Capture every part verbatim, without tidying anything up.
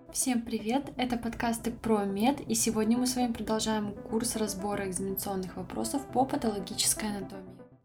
Всем привет! Это подкасты про мед, и сегодня мы с вами продолжаем курс разбора экзаменационных вопросов по патологической анатомии.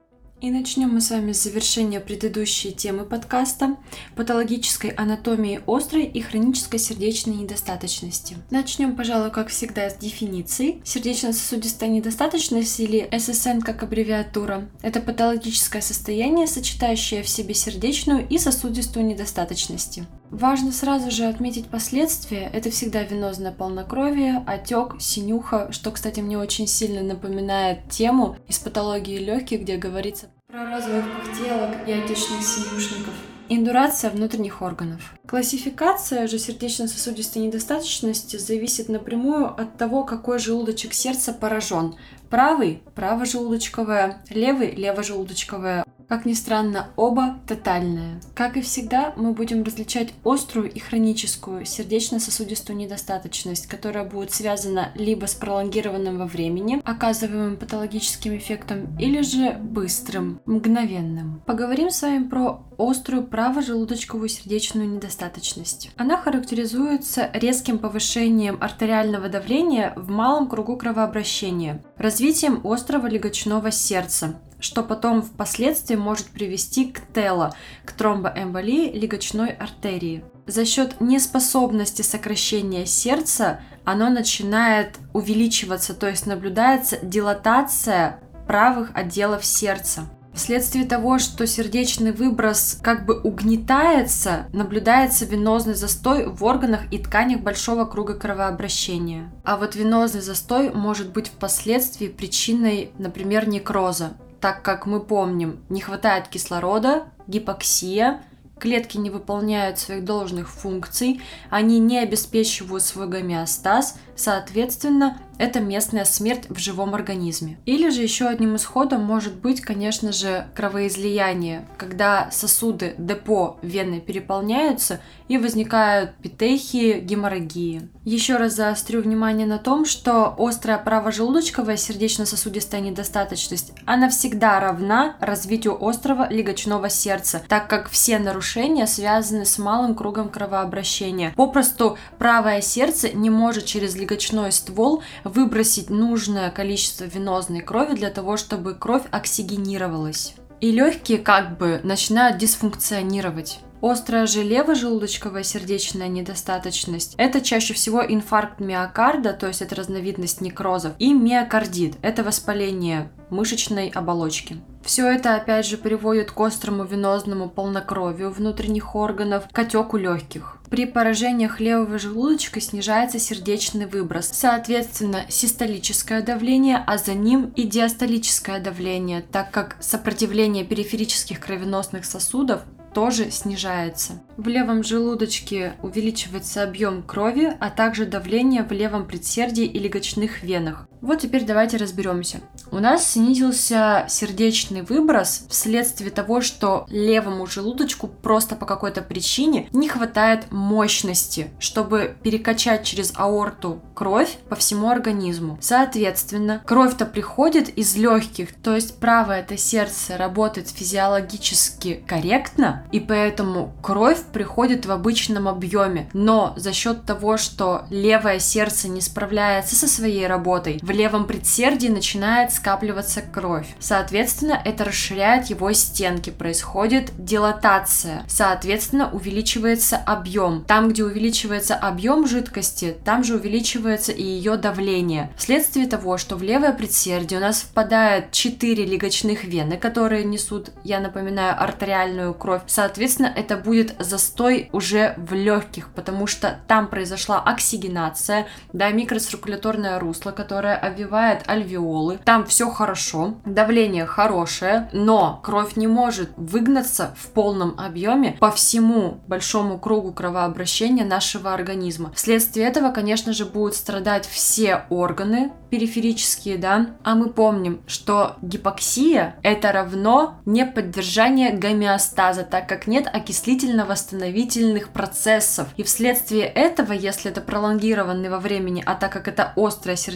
И начнем мы с вами с завершения предыдущей темы подкаста – патологической анатомии острой и хронической сердечной недостаточности. Начнем, пожалуй, как всегда, с дефиниции. Сердечно-сосудистая недостаточность, или эс эс эн как аббревиатура, это патологическое состояние, сочетающее в себе сердечную и сосудистую недостаточности. Важно сразу же отметить последствия. Это всегда венозное полнокровие, отек, синюха, что, кстати, мне очень сильно напоминает тему из патологии легких, где говорится про розовых пыхтелок и отечных синюшников. Индурация внутренних органов. Классификация же сердечно-сосудистой недостаточности зависит напрямую от того, какой желудочек сердца поражен. Правый – правожелудочковая, левый – левожелудочковая. Как ни странно, оба тотальные. Как и всегда, мы будем различать острую и хроническую сердечно-сосудистую недостаточность, которая будет связана либо с пролонгированным во времени, оказываемым патологическим эффектом, или же быстрым, мгновенным. Поговорим с вами про острую правожелудочковую сердечную недостаточность. Она характеризуется резким повышением артериального давления в малом кругу кровообращения, развитием острого легочного сердца, что потом впоследствии может привести к ТЭЛО, к тромбоэмболии легочной артерии. За счет неспособности сокращения сердца оно начинает увеличиваться, то есть наблюдается дилатация правых отделов сердца. Вследствие того, что сердечный выброс как бы угнетается, наблюдается венозный застой в органах и тканях большого круга кровообращения. А вот венозный застой может быть впоследствии причиной, например, некроза, так как мы помним, не хватает кислорода, гипоксия, клетки не выполняют своих должных функций, они не обеспечивают свой гомеостаз, соответственно, это местная смерть в живом организме. Или же еще одним исходом может быть, конечно же, кровоизлияние, когда сосуды депо вены переполняются и возникают петехии, геморрагии. Еще раз заострю внимание на том, что острая правожелудочковая сердечно-сосудистая недостаточность, она всегда равна развитию острого легочного сердца, так как все нарушения связаны с малым кругом кровообращения. Попросту правое сердце не может через легочной ствол выбросить нужное количество венозной крови для того, чтобы кровь оксигенировалась. И легкие как бы начинают дисфункционировать. Острая же левожелудочковая сердечная недостаточность – это чаще всего инфаркт миокарда, то есть это разновидность некрозов, и миокардит – это воспаление мышечной оболочки. Все это, опять же, приводит к острому венозному полнокровию внутренних органов, к отеку легких. При поражениях левого желудочка снижается сердечный выброс, соответственно, систолическое давление, а за ним и диастолическое давление, так как сопротивление периферических кровеносных сосудов тоже снижается. В левом желудочке увеличивается объем крови, а также давление в левом предсердии и легочных венах. Вот теперь давайте разберемся. У нас снизился сердечный выброс вследствие того, что левому желудочку просто по какой-то причине не хватает мощности, чтобы перекачать через аорту кровь по всему организму. Соответственно, кровь-то приходит из легких, то есть правое это сердце работает физиологически корректно, и поэтому кровь приходит в обычном объеме. Но за счет того, что левое сердце не справляется со своей работой, в левом предсердии начинает скапливаться кровь. Соответственно, это расширяет его стенки, происходит дилатация. Соответственно, увеличивается объем. Там, где увеличивается объем жидкости, там же увеличивается и ее давление. Вследствие того, что в левое предсердие у нас впадает четыре легочных вены, которые несут, я напоминаю, артериальную кровь. Соответственно, это будет застой уже в легких, потому что там произошла оксигенация, да, микроциркуляторное русло, которое обвивает альвеолы. Там все хорошо, давление хорошее, но кровь не может выгнаться в полном объеме по всему большому кругу кровообращения нашего организма. Вследствие этого, конечно же, будут страдать все органы периферические, да, а мы помним, что гипоксия это равно неподдержание гомеостаза, так как нет окислительно-восстановительных процессов. И вследствие этого, если это пролонгированный во времени, а так как это острая сердечная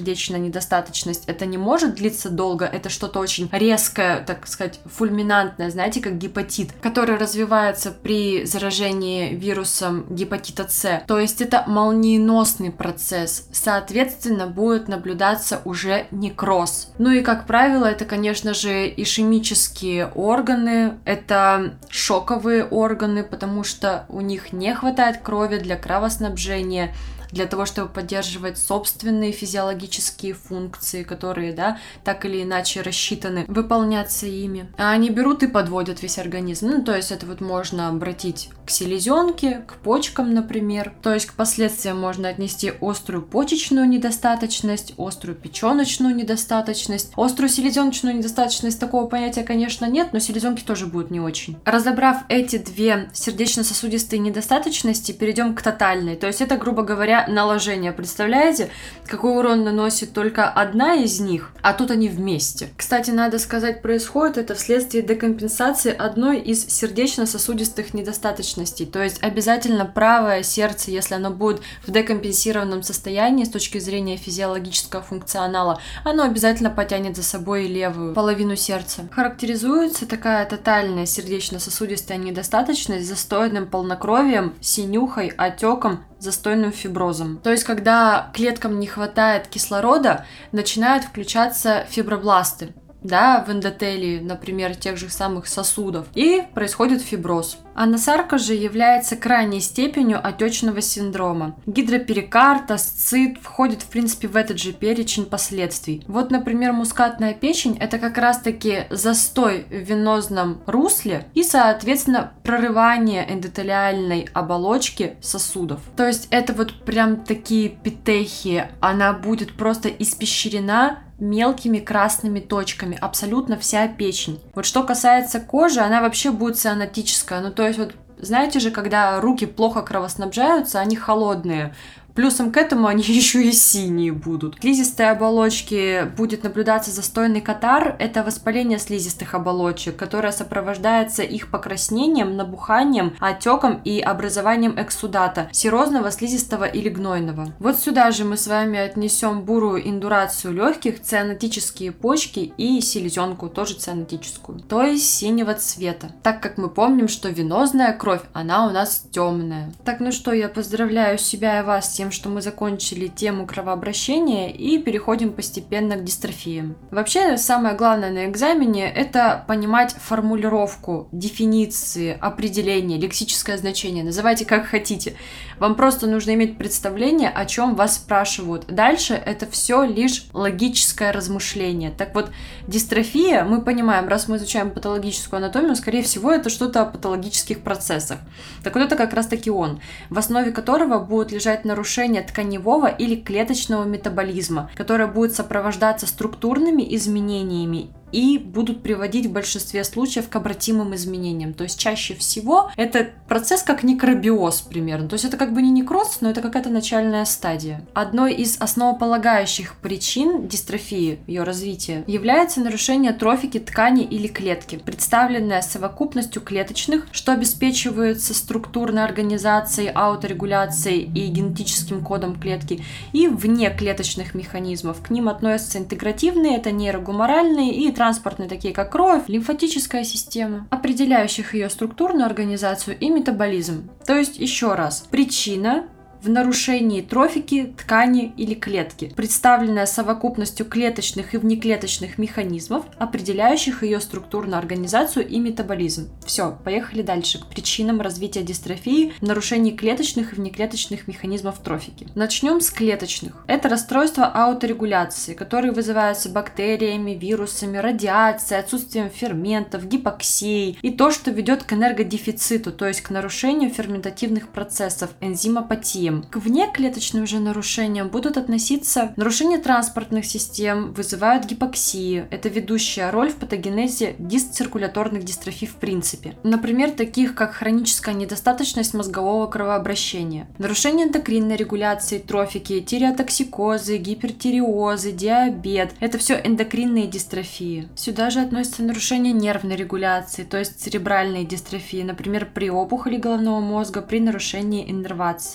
недостаточность, это не может длиться долго, это что-то очень резкое, так сказать, фульминантное, знаете, как гепатит, который развивается при заражении вирусом гепатита С. То есть это молниеносный процесс, соответственно, будет наблюдаться уже некроз. Ну и, как правило, это, конечно же, ишемические органы, это шоковые органы, потому что у них не хватает крови для кровоснабжения, для того, чтобы поддерживать собственные физиологические функции, которые, да, так или иначе рассчитаны выполняться ими. А они берут и подводят весь организм. Ну, то есть это вот можно обратить к селезенке, к почкам, например. То есть к последствиям можно отнести острую почечную недостаточность, острую печеночную недостаточность. Острую селезеночную недостаточность, такого понятия, конечно, нет, но селезенки тоже будут не очень. Разобрав эти две сердечно-сосудистые недостаточности, перейдем к тотальной. То есть это, грубо говоря, наложение. Представляете, какой урон наносит только одна из них, а тут они вместе. Кстати, надо сказать, происходит это вследствие декомпенсации одной из сердечно-сосудистых недостаточностей. То есть обязательно правое сердце, если оно будет в декомпенсированном состоянии с точки зрения физиологического функционала, оно обязательно потянет за собой левую половину сердца. Характеризуется такая тотальная сердечно-сосудистая недостаточность застойным полнокровием, синюхой, отеком, застойным фиброзом. То есть, когда клеткам не хватает кислорода, начинают включаться фибробласты, да, в эндотелии, например, тех же самых сосудов, и происходит фиброз. Анасарка же является крайней степенью отечного синдрома. Гидроперикард, асцит входит, в принципе, в этот же перечень последствий. Вот, например, мускатная печень – это как раз-таки застой в венозном русле и, соответственно, прорывание эндотелиальной оболочки сосудов. То есть это вот прям такие петехии, она будет просто испещрена мелкими красными точками, абсолютно вся печень. Вот что касается кожи, она вообще будет цианотическая, ну то есть вот знаете же, когда руки плохо кровоснабжаются, они холодные. Плюсом к этому они еще и синие будут. В слизистой оболочке будет наблюдаться застойный катар. Это воспаление слизистых оболочек, которое сопровождается их покраснением, набуханием, отеком и образованием эксудата, серозного, слизистого или гнойного. Вот сюда же мы с вами отнесем бурую индурацию легких, цианотические почки и селезенку, тоже цианотическую, то есть синего цвета. Так как мы помним, что венозная кровь, она у нас темная. Так, ну что, я поздравляю себя и вас с тем, что мы закончили тему кровообращения и переходим постепенно к дистрофиям. Вообще, самое главное на экзамене – это понимать формулировку, дефиниции, определение, лексическое значение, называйте как хотите. Вам просто нужно иметь представление, о чем вас спрашивают. Дальше это все лишь логическое размышление. Так вот, дистрофия, мы понимаем, раз мы изучаем патологическую анатомию, скорее всего, это что-то о патологических процессах. Так вот, это как раз-таки он, в основе которого будет лежать нарушение тканевого или клеточного метаболизма, которое будет сопровождаться структурными изменениями и будут приводить в большинстве случаев к обратимым изменениям. То есть чаще всего это процесс как некробиоз примерно. То есть это как бы не некроз, но это какая-то начальная стадия. Одной из основополагающих причин дистрофии, ее развития, является нарушение трофики ткани или клетки, представленное совокупностью клеточных, что обеспечивается структурной организацией, ауторегуляцией и генетическим кодом клетки, и внеклеточных механизмов. К ним относятся интегративные, это нейрогуморальные и транспортные, такие как кровь, лимфатическая система, определяющих ее структурную организацию и метаболизм. То есть, еще раз, причина в нарушении трофики ткани или клетки, представленная совокупностью клеточных и внеклеточных механизмов, определяющих ее структурную организацию и метаболизм. Все, поехали дальше к причинам развития дистрофии в нарушении клеточных и внеклеточных механизмов трофики. Начнем с клеточных. Это расстройства ауторегуляции, которые вызываются бактериями, вирусами, радиацией, отсутствием ферментов, гипоксией и то, что ведет к энергодефициту, то есть к нарушению ферментативных процессов, энзимопатии. К внеклеточным же нарушениям будут относиться нарушения транспортных систем, вызывают гипоксию. Это ведущая роль в патогенезе дисциркуляторных дистрофий в принципе. Например, таких как хроническая недостаточность мозгового кровообращения, нарушение эндокринной регуляции, трофики, тиреотоксикозы, гипертиреозы, диабет. Это все эндокринные дистрофии. Сюда же относятся нарушения нервной регуляции, то есть церебральные дистрофии, например, при опухоли головного мозга, при нарушении иннервации. Что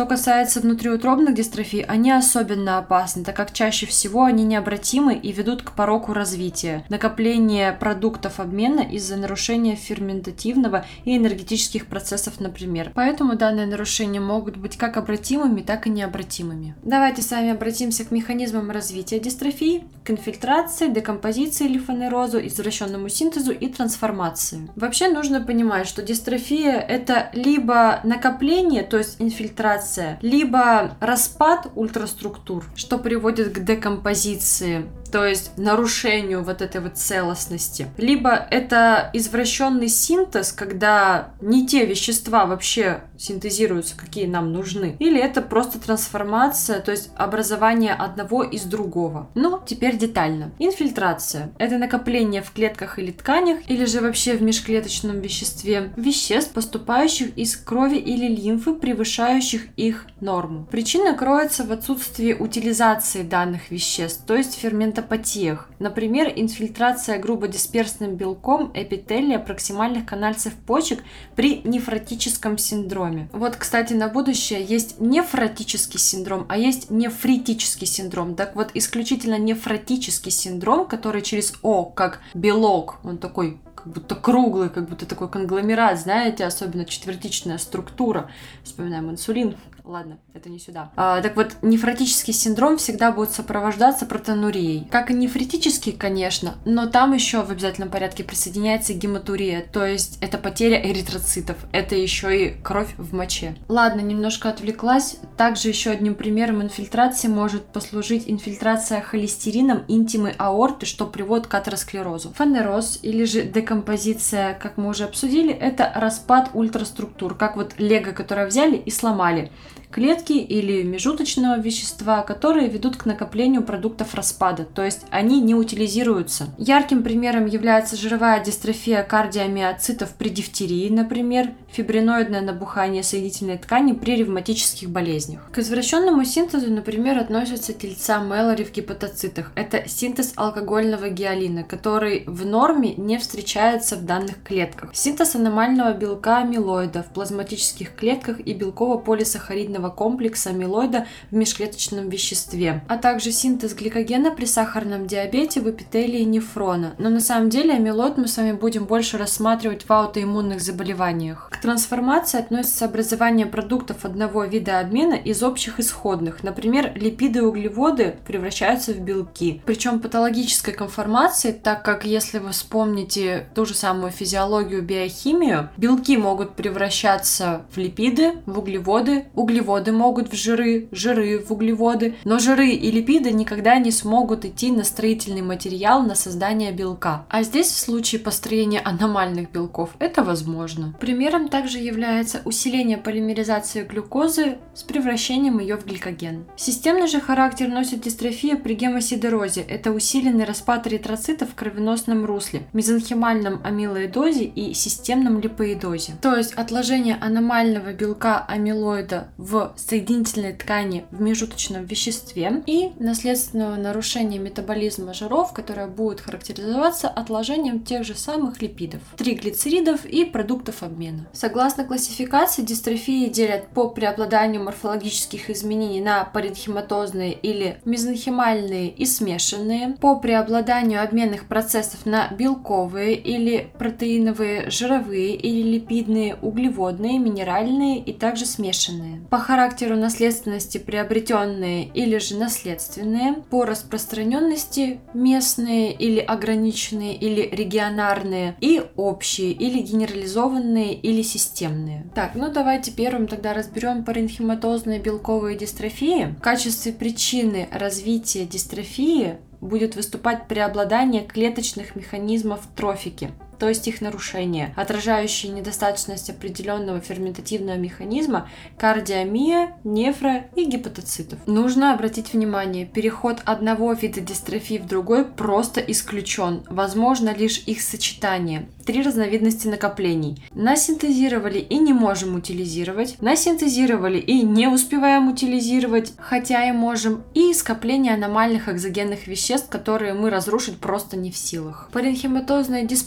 Что касается внутриутробных дистрофий, они особенно опасны, так как чаще всего они необратимы и ведут к пороку развития, накопление продуктов обмена из-за нарушения ферментативного и энергетических процессов, например. Поэтому данные нарушения могут быть как обратимыми, так и необратимыми. Давайте с вами обратимся к механизмам развития дистрофии, к инфильтрации, декомпозиции или фанерозу, извращенному синтезу и трансформации. Вообще нужно понимать, что дистрофия – это либо накопление, то есть инфильтрация, либо распад ультраструктур, что приводит к декомпозиции, то есть нарушению вот этой вот целостности. Либо это извращенный синтез, когда не те вещества вообще синтезируются, какие нам нужны. Или это просто трансформация, то есть образование одного из другого. Ну, теперь детально. Инфильтрация – это накопление в клетках или тканях, или же вообще в межклеточном веществе, веществ, поступающих из крови или лимфы, превышающих их норму. Причина кроется в отсутствии утилизации данных веществ, то есть ферментопатиях. Например, инфильтрация грубодисперсным белком эпителия проксимальных канальцев почек при нефротическом синдроме. Вот, кстати, на будущее есть нефротический синдром, а есть нефритический синдром. Так вот, исключительно нефротический синдром, который через О, как белок, он такой как будто круглый, как будто такой конгломерат, знаете, особенно четвертичная структура. Вспоминаем инсулин. Ладно, это не сюда. А, так вот, нефротический синдром всегда будет сопровождаться протонурией. Как и нефритический, конечно, но там еще в обязательном порядке присоединяется гематурия, то есть это потеря эритроцитов, это еще и кровь в моче. Ладно, немножко отвлеклась. Также еще одним примером инфильтрации может послужить инфильтрация холестерином интимы аорты, что приводит к атеросклерозу. Фанероз или же декомпозиция, как мы уже обсудили, это распад ультраструктур, как вот лего, которое взяли и сломали. Клетки или межуточного вещества, которые ведут к накоплению продуктов распада, то есть они не утилизируются. Ярким примером является жировая дистрофия кардиомиоцитов при дифтерии, например, фибриноидное набухание соединительной ткани при ревматических болезнях. К извращенному синтезу, например, относятся тельца Мэлори в гепатоцитах. Это синтез алкогольного гиалина, который в норме не встречается в данных клетках. Синтез аномального белка амилоида в плазматических клетках и белково-полисахаридного комплекса амилоида в межклеточном веществе, а также синтез гликогена при сахарном диабете в эпителии нефрона. Но на самом деле амилоид мы с вами будем больше рассматривать в аутоиммунных заболеваниях. К трансформации относится образование продуктов одного вида обмена из общих исходных. Например, липиды и углеводы превращаются в белки. Причем патологической конформации, так как если вы вспомните ту же самую физиологию, биохимию, белки могут превращаться в липиды, в углеводы, углеводы могут в жиры, жиры в углеводы, но жиры и липиды никогда не смогут идти на строительный материал, на создание белка. А здесь в случае построения аномальных белков это возможно. Примером также является усиление полимеризации глюкозы с превращением ее в гликоген. Системный же характер носит дистрофия при гемосидерозе. Это усиленный распад эритроцитов в кровеносном русле, мезонхимальном амилоидозе и системном липоидозе. То есть отложение аномального белка амилоида в соединительной ткани в межуточном веществе и наследственного нарушения метаболизма жиров, которое будет характеризоваться отложением тех же самых липидов, триглицеридов и продуктов обмена. Согласно классификации, дистрофии делят по преобладанию морфологических изменений на паренхиматозные или мезонхимальные и смешанные, по преобладанию обменных процессов на белковые или протеиновые, жировые или липидные, углеводные, минеральные и также смешанные. По характеру наследственности приобретенные или же наследственные, по распространенности местные или ограниченные или регионарные и общие или генерализованные или системные. Так, ну давайте первым тогда разберем паренхиматозные белковые дистрофии. В качестве причины развития дистрофии будет выступать преобладание клеточных механизмов трофики, то есть их нарушение, отражающие недостаточность определенного ферментативного механизма кардиомия, нефро и гепатоцитов. Нужно обратить внимание, переход одного вида дистрофии в другой просто исключен, возможно лишь их сочетание. Три разновидности накоплений. Насинтезировали и не можем утилизировать, насинтезировали и не успеваем утилизировать, хотя и можем, и скопление аномальных экзогенных веществ, которые мы разрушить просто не в силах. Паренхиматозная диспротеиноза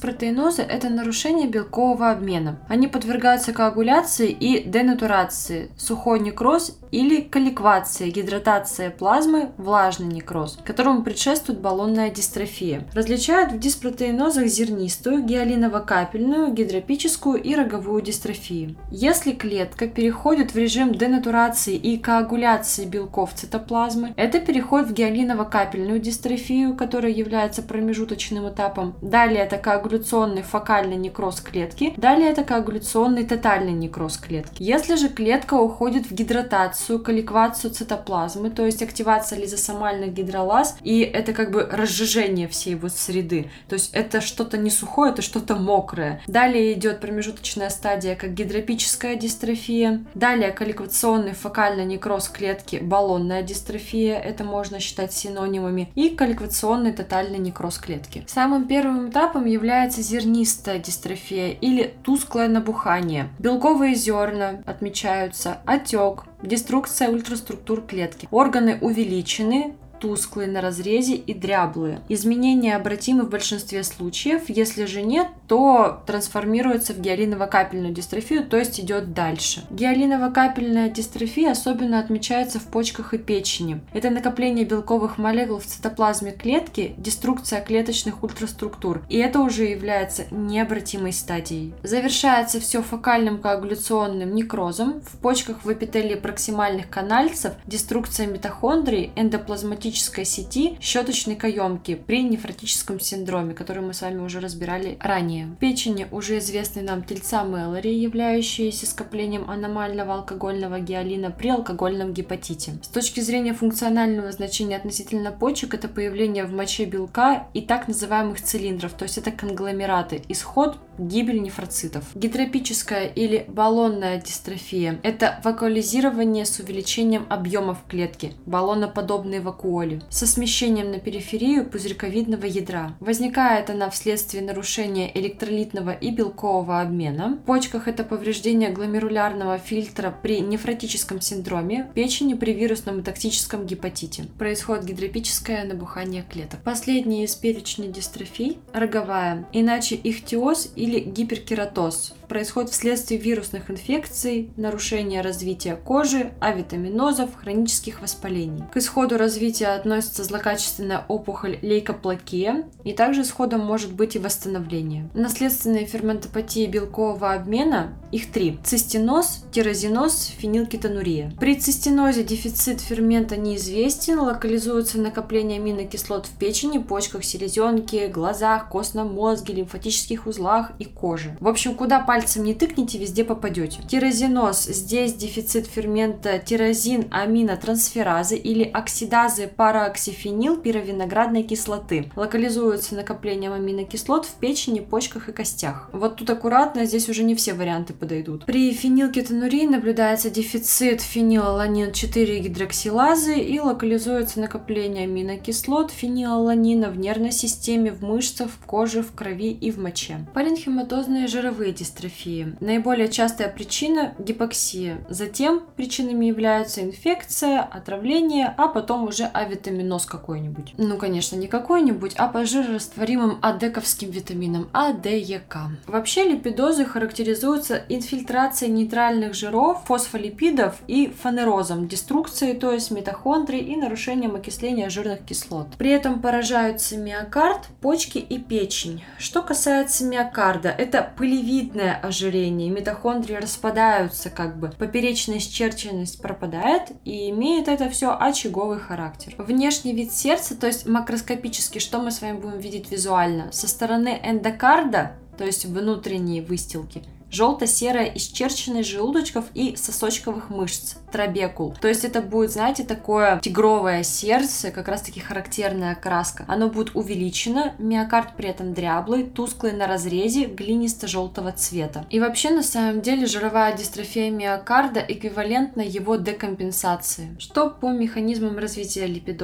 липидозы – это нарушение белкового обмена. Они подвергаются коагуляции и денатурации, сухой некроз или колликвации, гидратация плазмы, влажный некроз, которому предшествует баллонная дистрофия. Различают в диспротеинозах зернистую, гиалиново-капельную, гидропическую и роговую дистрофии. Если клетка переходит в режим денатурации и коагуляции белков цитоплазмы, это переход в гиалиново-капельную дистрофию, которая является промежуточным этапом. Далее это коагуляционный фокальный некроз клетки, далее это коагуляционный тотальный некроз клетки. Если же клетка уходит в гидратацию, колликвацию цитоплазмы, то есть активация лизосомальных гидролаз, и это как бы разжижение всей вот среды, то есть это что-то не сухое, это что-то мокрое. Далее идет промежуточная стадия, как гидропическая дистрофия, далее колликвационный фокальный некроз клетки, баллонная дистрофия, это можно считать синонимами, и колликвационный тотальный некроз клетки. Самым первым этапом является зернистая дистрофия или тусклое набухание. Белковые зерна отмечаются, отек, деструкция ультраструктур клетки. Органы увеличены, тусклые на разрезе и дряблые. Изменения обратимы в большинстве случаев, если же нет, то трансформируется в гиалиново-капельную дистрофию, то есть идет дальше. Гиалиново-капельная дистрофия особенно отмечается в почках и печени. Это накопление белковых молекул в цитоплазме клетки, деструкция клеточных ультраструктур, и это уже является необратимой стадией. Завершается все фокальным коагуляционным некрозом, в почках в эпителии проксимальных канальцев, деструкция митохондрий, эндоплазматической сети щеточной каемки при нефротическом синдроме, который мы с вами уже разбирали ранее. В печени уже известны нам тельца Мэллори, являющиеся скоплением аномального алкогольного гиалина при алкогольном гепатите. С точки зрения функционального значения относительно почек, это появление в моче белка и так называемых цилиндров, то есть это конгломераты, исход, гибель нефроцитов. Гидропическая или баллонная дистрофия – это вакуализирование с увеличением объемов клетки, баллоноподобные вакуоли, со смещением на периферию пузырьковидного ядра. Возникает она вследствие нарушения электролитного и белкового обмена. В почках это повреждение гломерулярного фильтра при нефротическом синдроме, в печени при вирусном и токсическом гепатите. Происходит гидропическое набухание клеток. Последняя из перечня дистрофий – роговая, иначе ихтиоз или гиперкератоз. Происходит вследствие вирусных инфекций, нарушения развития кожи, авитаминозов, хронических воспалений. К исходу развития относится злокачественная опухоль лейкоплакия, и также исходом может быть и восстановление. Наследственные ферментопатии белкового обмена, их три: цистиноз, тирозиноз, фенилкетонурия. При цистинозе дефицит фермента неизвестен, локализуется накопление аминокислот в печени, почках, селезенке, глазах, костном мозге, лимфатических узлах и коже. В общем, куда пальцем не тыкните, везде попадете. Тирозиноз. Здесь дефицит фермента тирозин аминотрансферазы или оксидазы параоксифенил пировиноградной кислоты. Локализуется накоплением аминокислот в печени, почках и костях. Вот тут аккуратно, здесь уже не все варианты подойдут. При фенилкетонурии наблюдается дефицит фенилаланин четыре гидроксилазы и локализуется накопление аминокислот фенилаланина в нервной системе, в мышцах, в коже, в крови и в моче. Паренхематозные жировые дистрофии. Наиболее частая причина – гипоксия. Затем причинами являются инфекция, отравление, а потом уже авитаминоз какой-нибудь. Ну, конечно, не какой-нибудь, а по жирорастворимым адековским витаминам А, Д, Е, К. Вообще липидозы характеризуются инфильтрацией нейтральных жиров, фосфолипидов и фанерозом, деструкцией, то есть митохондрий, и нарушением окисления жирных кислот. При этом поражаются миокард, почки и печень. Что касается миокарда, это пылевидное ожирение, митохондрии распадаются как бы, поперечная исчерченность пропадает, и имеет это все очаговый характер. Внешний вид сердца, то есть макроскопически, что мы с вами будем видеть визуально? Со стороны эндокарда, то есть внутренние выстилки, желто-серая исчерченность желудочков и сосочковых мышц, трабекул. То есть это будет, знаете, такое тигровое сердце, как раз таки характерная окраска. Оно будет увеличено, миокард при этом дряблый, тусклый на разрезе, глинисто-желтого цвета. И вообще, на самом деле, жировая дистрофия миокарда эквивалентна его декомпенсации. Что по механизмам развития липидозов?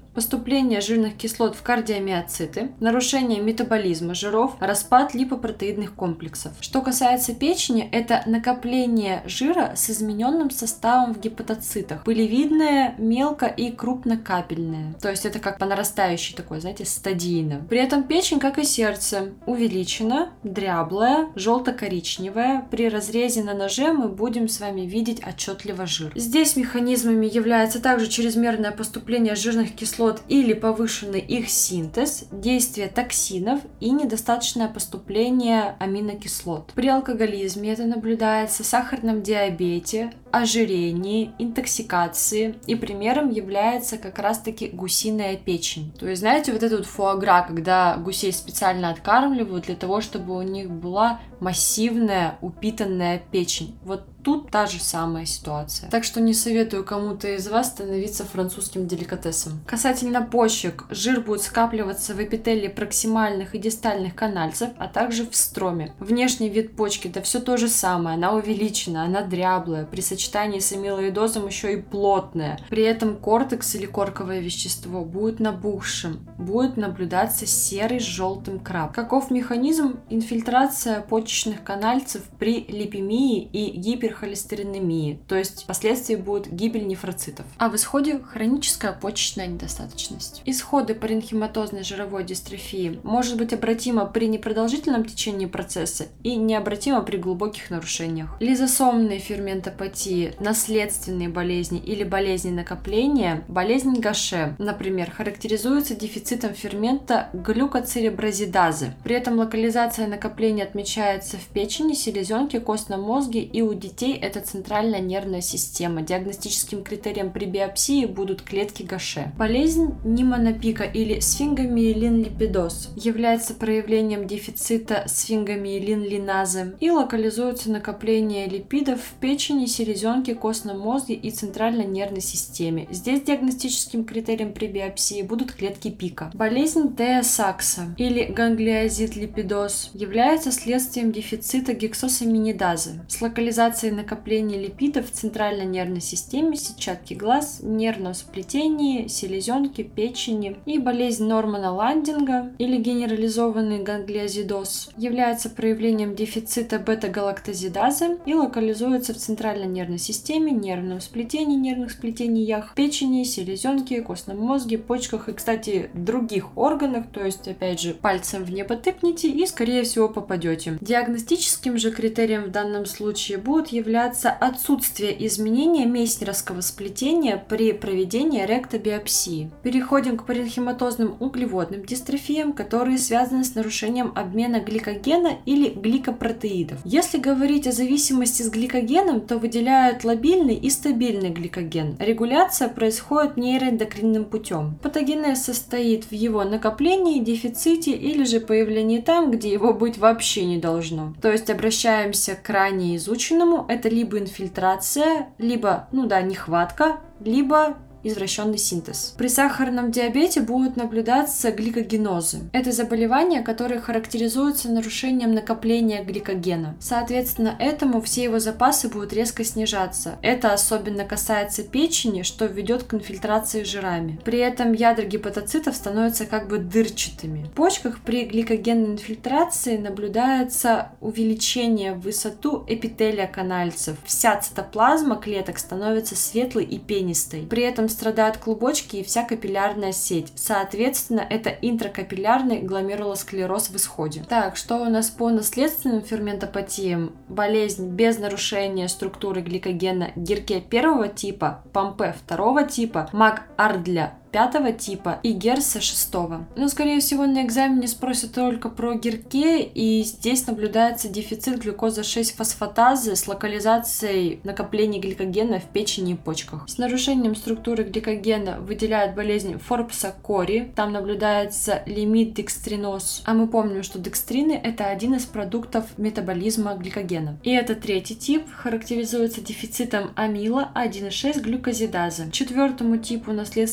поступление жирных кислот в кардиомиоциты, нарушение метаболизма жиров, распад липопротеидных комплексов. Что касается печени, это накопление жира с измененным составом в гепатоцитах, пылевидное, мелко- и крупнокапельное. То есть это как по нарастающей такой, знаете, стадийно. При этом печень, как и сердце, увеличена, дряблая, желто-коричневая. При разрезе на ноже мы будем с вами видеть отчетливо жир. Здесь механизмами является также чрезмерное поступление жирных кислот или повышенный их синтез, действие токсинов и недостаточное поступление аминокислот. При алкоголизме это наблюдается, сахарном диабете, ожирении, интоксикации, и примером является как раз-таки гусиная печень. То есть, знаете, вот это вот фуагра, когда гусей специально откармливают для того, чтобы у них была массивная, упитанная печень. Вот тут та же самая ситуация. Так что не советую кому-то из вас становиться французским деликатесом. Касательно почек, жир будет скапливаться в эпителии проксимальных и дистальных канальцев, а также в строме. Внешний вид почки, да все то же самое. Она увеличена, она дряблая, при сочетании с амилоидозом еще и плотная. При этом кортекс или корковое вещество будет набухшим, будет наблюдаться серый с желтым краб. Каков механизм? Инфильтрация почечных канальцев при липемии и гиперхолестеринемии, то есть впоследствии будет гибель нефроцитов. А в исходе хроническая почечная недостаточность. Исходы паренхематозной жировой дистрофии может быть обратима при непродолжительном течении процесса и необратима при глубоких нарушениях. Лизосомные ферментопатии, наследственные болезни или болезни накопления, болезнь Гаше, например, характеризуется дефицитом фермента глюкоцеребразидазы. При этом локализация накопления отмечается в печени, селезенке, костном мозге, и у детей это центральная нервная система. Диагностическим критерием при биопсии будут клетки Гаше. Болезнь Нимана-Пика или сфингомиелин-липидоз является проявлением дефицита сфингомиелин-линазы и локализуется накопление липидов в печени, селезенке, костном мозге и центральной нервной системе. Здесь диагностическим критерием при биопсии будут клетки Пика. Болезнь Тея-Сакса или ганглиозит-липидоз является следствием дефицита гексосаминидазы с локализацией накопления липидов в центральной нервной системе, сетчатке глаз, нервном сплетении, селезенке, печени. И болезнь Нормана-Ландинга или генерализованный ганглиозидоз является проявлением дефицита бета-галактозидазы и локализуется в центральной нервной системе, нервном сплетении, нервных сплетениях, печени, селезенке, костном мозге, почках и, кстати, других органах. То есть, опять же, пальцем в небо тыкните и, скорее всего, попадете. Диагностическим же критерием в данном случае будет являться отсутствие изменения мейснеровского сплетения при проведении ректобиопсии. Переходим к паренхематозным углеводным дистрофиям, которые связаны с нарушением обмена гликогена или гликопротеидов. Если говорить о зависимости с гликогеном, то выделяют лобильный и стабильный гликоген. Регуляция происходит нейроэндокринным путем. Патогенез состоит в его накоплении, дефиците или же появлении там, где его быть вообще не должно. То есть обращаемся к ранее изученному, это либо инфильтрация, либо, ну да, нехватка, либо извращенный синтез. При сахарном диабете будут наблюдаться гликогенозы. Это заболевание, которое характеризуется нарушением накопления гликогена. Соответственно, этому все его запасы будут резко снижаться. Это особенно касается печени, что ведет к инфильтрации жирами. При этом ядра гепатоцитов становятся как бы дырчатыми. В почках при гликогенной инфильтрации наблюдается увеличение в высоту эпителия канальцев. Вся цитоплазма клеток становится светлой и пенистой. При этом страдают клубочки и вся капиллярная сеть. Соответственно, это интракапиллярный гломерулосклероз в исходе. Так, что у нас по наследственным ферментопатиям? Болезнь без нарушения структуры гликогена Гирке первого типа, Помпе второго типа, Мак-Ардля пятого типа и Герса шестого. Но, скорее всего, на экзамене спросят только про Гирке, и здесь наблюдается дефицит глюкоза шесть фосфатазы с локализацией накопления гликогена в печени и почках. С нарушением структуры гликогена выделяют болезнь Форбса-Кори, там наблюдается лимит декстриноз, а мы помним, что декстрины — это один из продуктов метаболизма гликогена. И это третий тип, характеризуется дефицитом амила один и шесть глюкозидазы. Четвертому типу наследственных ферментов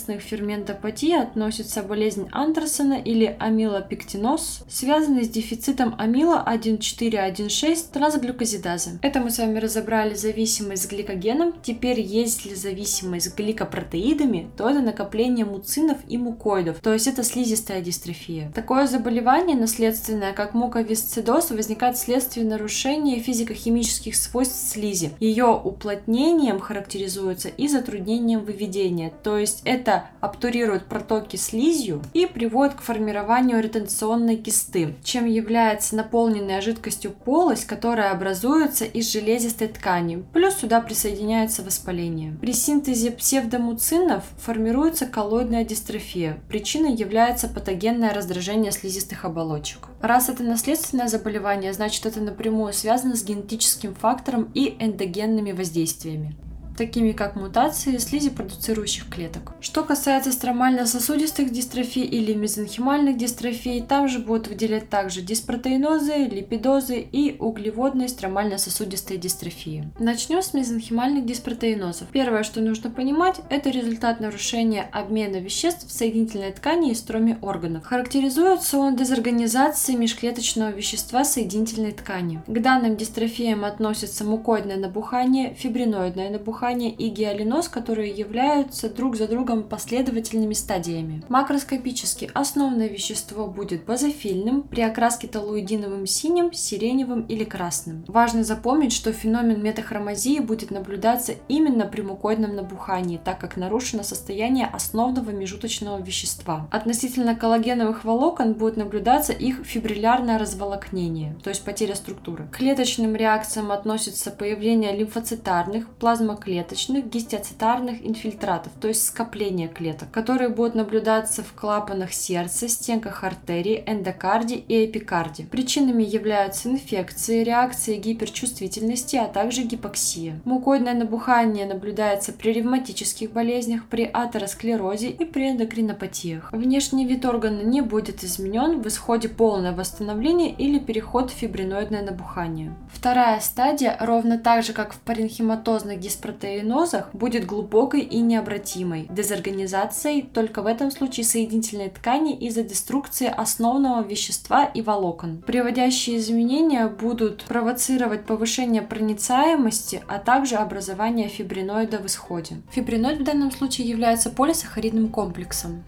ферментопатии относится болезнь Андерсона или амилопектиноз, связанный с дефицитом амила один четыре один шесть трансглюкозидазы. Это мы с вами разобрали зависимость с гликогеном. Теперь, если зависимость с гликопротеидами, то это накопление муцинов и мукоидов, то есть это слизистая дистрофия. Такое заболевание наследственное, как муковисцидоз, возникает вследствие нарушения физико-химических свойств слизи. Ее уплотнением характеризуется и затруднением выведения, то есть это обтурирует протоки слизью и приводит к формированию ретенционной кисты, чем является наполненная жидкостью полость, которая образуется из железистой ткани, плюс сюда присоединяется воспаление. При синтезе псевдомуцинов формируется коллоидная дистрофия. Причиной является патогенное раздражение слизистых оболочек. Раз это наследственное заболевание, значит это напрямую связано с генетическим фактором и эндогенными воздействиями, такими как мутации слизи-продуцирующих клеток. Что касается стромально-сосудистых дистрофий или мезенхимальных дистрофий, там же будут выделять также диспротеинозы, липидозы и углеводные стромально-сосудистые дистрофии. Начнем с мезенхимальных диспротеинозов. Первое, что нужно понимать, это результат нарушения обмена веществ в соединительной ткани и строме органов. Характеризуется он дезорганизацией межклеточного вещества соединительной ткани. К данным дистрофиям относятся мукоидное набухание, фибриноидное набухание и гиалиноз, которые являются друг за другом последовательными стадиями. Макроскопически основное вещество будет базофильным при окраске толуидиновым синим, сиреневым или красным. Важно запомнить, что феномен метахромазии будет наблюдаться именно при мукоидном набухании, так как нарушено состояние основного межуточного вещества. Относительно коллагеновых волокон будет наблюдаться их фибриллярное разволокнение, то есть потеря структуры. К клеточным реакциям относятся появление лимфоцитарных, плазмоклеточных, клеточных гистиоцитарных инфильтратов, то есть скопления клеток, которые будут наблюдаться в клапанах сердца, стенках артерий, эндокарде и эпикарде. Причинами являются инфекции, реакции гиперчувствительности, а также гипоксия. Мукоидное набухание наблюдается при ревматических болезнях, при атеросклерозе и при эндокринопатиях. Внешний вид органа не будет изменен в исходе полное восстановление или переход в фибриноидное набухание. Вторая стадия, ровно так же как в паренхиматозных диспротеинозах, будет глубокой и необратимой дезорганизацией, только в этом случае соединительной ткани из-за деструкции основного вещества и волокон. Приводящие изменения будут провоцировать повышение проницаемости, а также образование фибриноида в исходе. Фибриноид в данном случае является полисахаридным комплексом.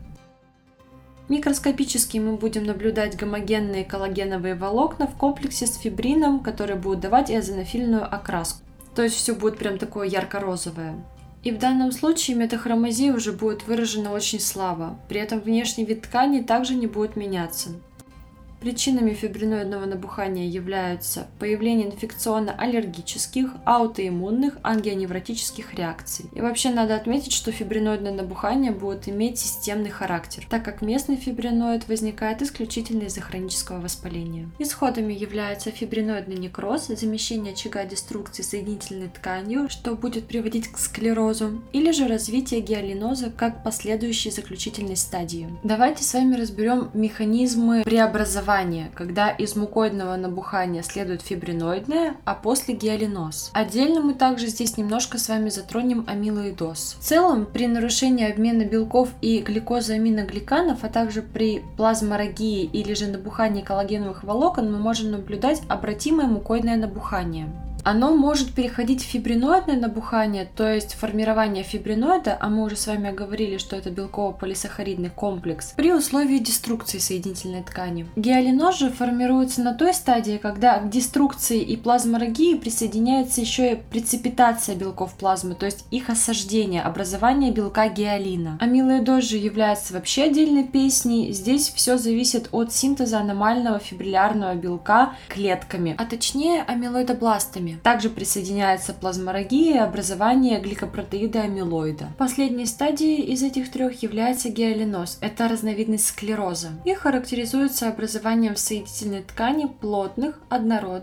Микроскопически мы будем наблюдать гомогенные коллагеновые волокна в комплексе с фибрином, которые будут давать эозинофильную окраску. То есть все будет прям такое ярко-розовое. И в данном случае метахромазия уже будет выражена очень слабо. При этом внешний вид ткани также не будет меняться. Причинами фибриноидного набухания являются появление инфекционно-аллергических, аутоиммунных, ангионевротических реакций. И вообще надо отметить, что фибриноидное набухание будет иметь системный характер, так как местный фибриноид возникает исключительно из-за хронического воспаления. Исходами являются фибриноидный некроз, замещение очага деструкции соединительной тканью, что будет приводить к склерозу, или же развитие гиалиноза как последующей заключительной стадии. Давайте с вами разберем механизмы преобразования, когда из мукоидного набухания следует фибриноидное, а после гиалиноз. Отдельно мы также здесь немножко с вами затронем амилоидоз. В целом, при нарушении обмена белков и гликозоаминогликанов, а также при плазморагии или же набухании коллагеновых волокон мы можем наблюдать обратимое мукоидное набухание. Оно может переходить в фибриноидное набухание, то есть формирование фибриноида, а мы уже с вами говорили, что это белково-полисахаридный комплекс, при условии деструкции соединительной ткани. Гиалиноз же формируется на той стадии, когда к деструкции и плазморагии присоединяется еще и преципитация белков плазмы, то есть их осаждение, образование белка гиалина. Амилоидоз же является вообще отдельной песней, здесь все зависит от синтеза аномального фибриллярного белка клетками, а точнее амилоидобластами. Также присоединяется плазморагия и образование гликопротеида амилоида. Последней стадией из этих трех является гиалиноз. Это разновидность склероза и характеризуется образованием в соединительной ткани плотных, однородных,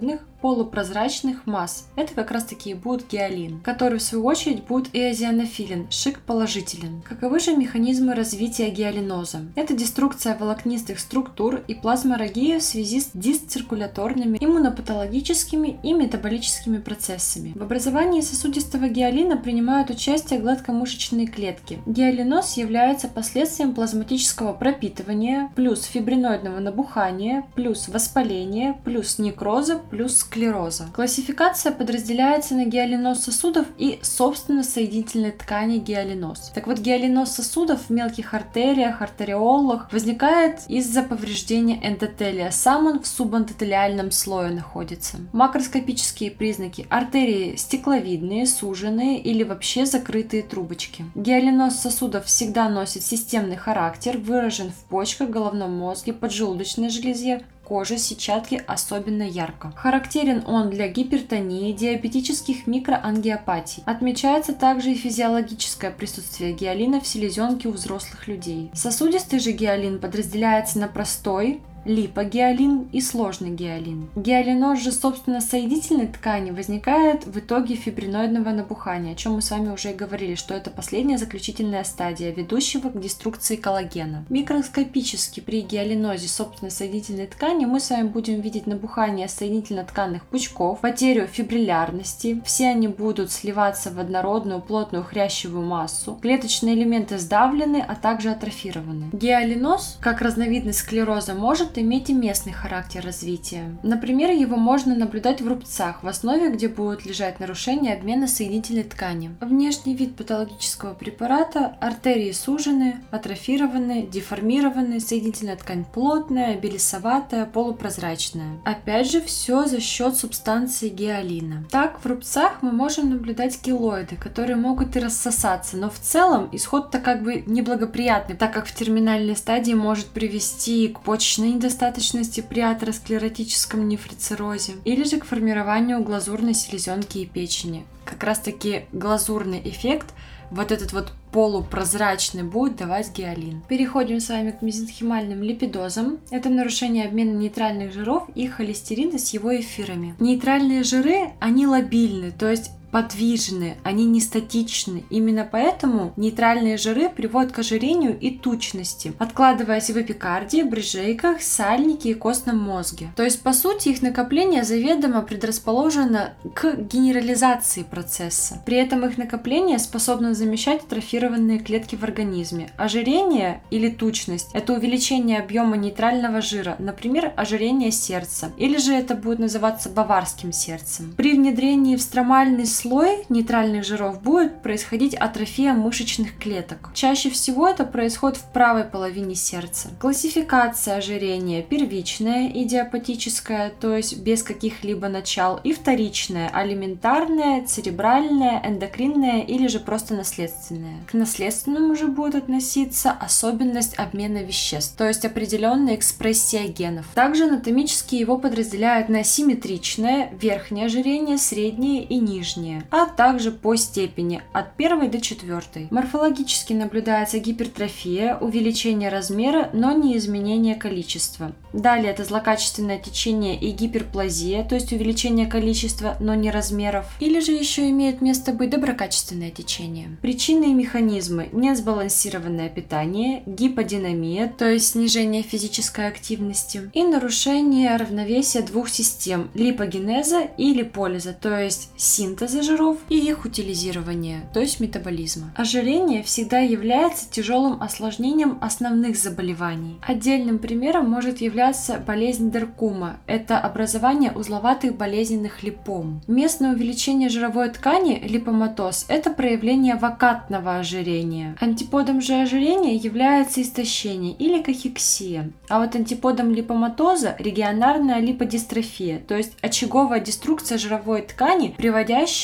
полупрозрачных масс. Это как раз таки и будет гиалин, который в свою очередь будет эозианофилен, шик положителен. Каковы же механизмы развития гиалиноза? Это деструкция волокнистых структур и плазморагия в связи с дисциркуляторными, иммунопатологическими и метаболическими процессами. В образовании сосудистого гиалина принимают участие гладкомышечные клетки. Гиалиноз является последствием плазматического пропитывания, плюс фибриноидного набухания, плюс воспаления, плюс некроза, плюс склероза. Классификация подразделяется на гиалиноз сосудов и, собственно, соединительной ткани гиалиноз. Так вот, гиалиноз сосудов в мелких артериях, артериолах возникает из-за повреждения эндотелия. Сам он в субэндотелиальном слое находится. Макроскопические признаки: артерии стекловидные, суженные или вообще закрытые трубочки. Гиалиноз сосудов всегда носит системный характер, выражен в почках, головном мозге, поджелудочной железе, коже, сетчатке особенно ярко. Характерен он для гипертонии, диабетических микроангиопатий. Отмечается также и физиологическое присутствие гиалина в селезенке у взрослых людей. Сосудистый же гиалин подразделяется на простой, липогиалин и сложный гиалин. Гиалиноз же, собственно, соединительной ткани возникает в итоге фибриноидного набухания, о чем мы с вами уже и говорили, что это последняя заключительная стадия, ведущего к деструкции коллагена. Микроскопически при гиалинозе, собственно, соединительной ткани мы с вами будем видеть набухание соединительно-тканных пучков, потерю фибриллярности, все они будут сливаться в однородную плотную хрящевую массу, клеточные элементы сдавлены, а также атрофированы. Гиалиноз, как разновидность склероза, может иметь и местный характер развития. Например, его можно наблюдать в рубцах, в основе где будет лежать нарушение обмена соединительной ткани. Внешний вид патологического препарата: артерии сужены, атрофированы, деформированы, соединительная ткань плотная, белесоватая, полупрозрачная. Опять же, все за счет субстанции гиалина. Так, в рубцах мы можем наблюдать килоиды, которые могут и рассосаться, но в целом исход-то как бы неблагоприятный, так как в терминальной стадии может привести к почечной недостаточности при атеросклеротическом нефроциррозе или же к формированию глазурной селезенки и печени. Как раз таки глазурный эффект, вот этот вот полупрозрачный, будет давать гиалин. Переходим с вами к мезенхимальным липидозам. Это нарушение обмена нейтральных жиров и холестерина с его эфирами. Нейтральные жиры, они лобильны, то есть подвижны, они не статичны. Именно поэтому нейтральные жиры приводят к ожирению и тучности, откладываясь в эпикардии, брыжейках, сальнике и костном мозге. То есть, по сути, их накопление заведомо предрасположено к генерализации процесса. При этом их накопление способно замещать атрофированные клетки в организме. Ожирение или тучность – это увеличение объема нейтрального жира, например, ожирение сердца, или же это будет называться баварским сердцем. При внедрении в стромальный слой нейтральных жиров будет происходить атрофия мышечных клеток. Чаще всего это происходит в правой половине сердца. Классификация ожирения: первичная, идиопатическая, то есть без каких-либо начал, и вторичная, алиментарная, церебральная, эндокринная или же просто наследственная. К наследственному же будет относиться особенность обмена веществ, то есть определенная экспрессия генов. Также анатомически его подразделяют на симметричное, верхнее ожирение, среднее и нижнее, а также по степени от первой до четвертой. Морфологически наблюдается гипертрофия, увеличение размера, но не изменение количества. Далее это злокачественное течение и гиперплазия, то есть увеличение количества, но не размеров. Или же еще имеет место быть доброкачественное течение. Причины и механизмы: несбалансированное питание, гиподинамия, то есть снижение физической активности, и нарушение равновесия двух систем: липогенеза и липолиза, то есть синтеза жиров и их утилизирования, то есть метаболизма. Ожирение всегда является тяжелым осложнением основных заболеваний. Отдельным примером может являться болезнь Деркума. Это образование узловатых болезненных липом. Местное увеличение жировой ткани, липоматоз, это проявление вакантного ожирения. Антиподом же ожирения является истощение или кахексия. А вот антиподом липоматоза — регионарная липодистрофия, то есть очаговая деструкция жировой ткани, приводящая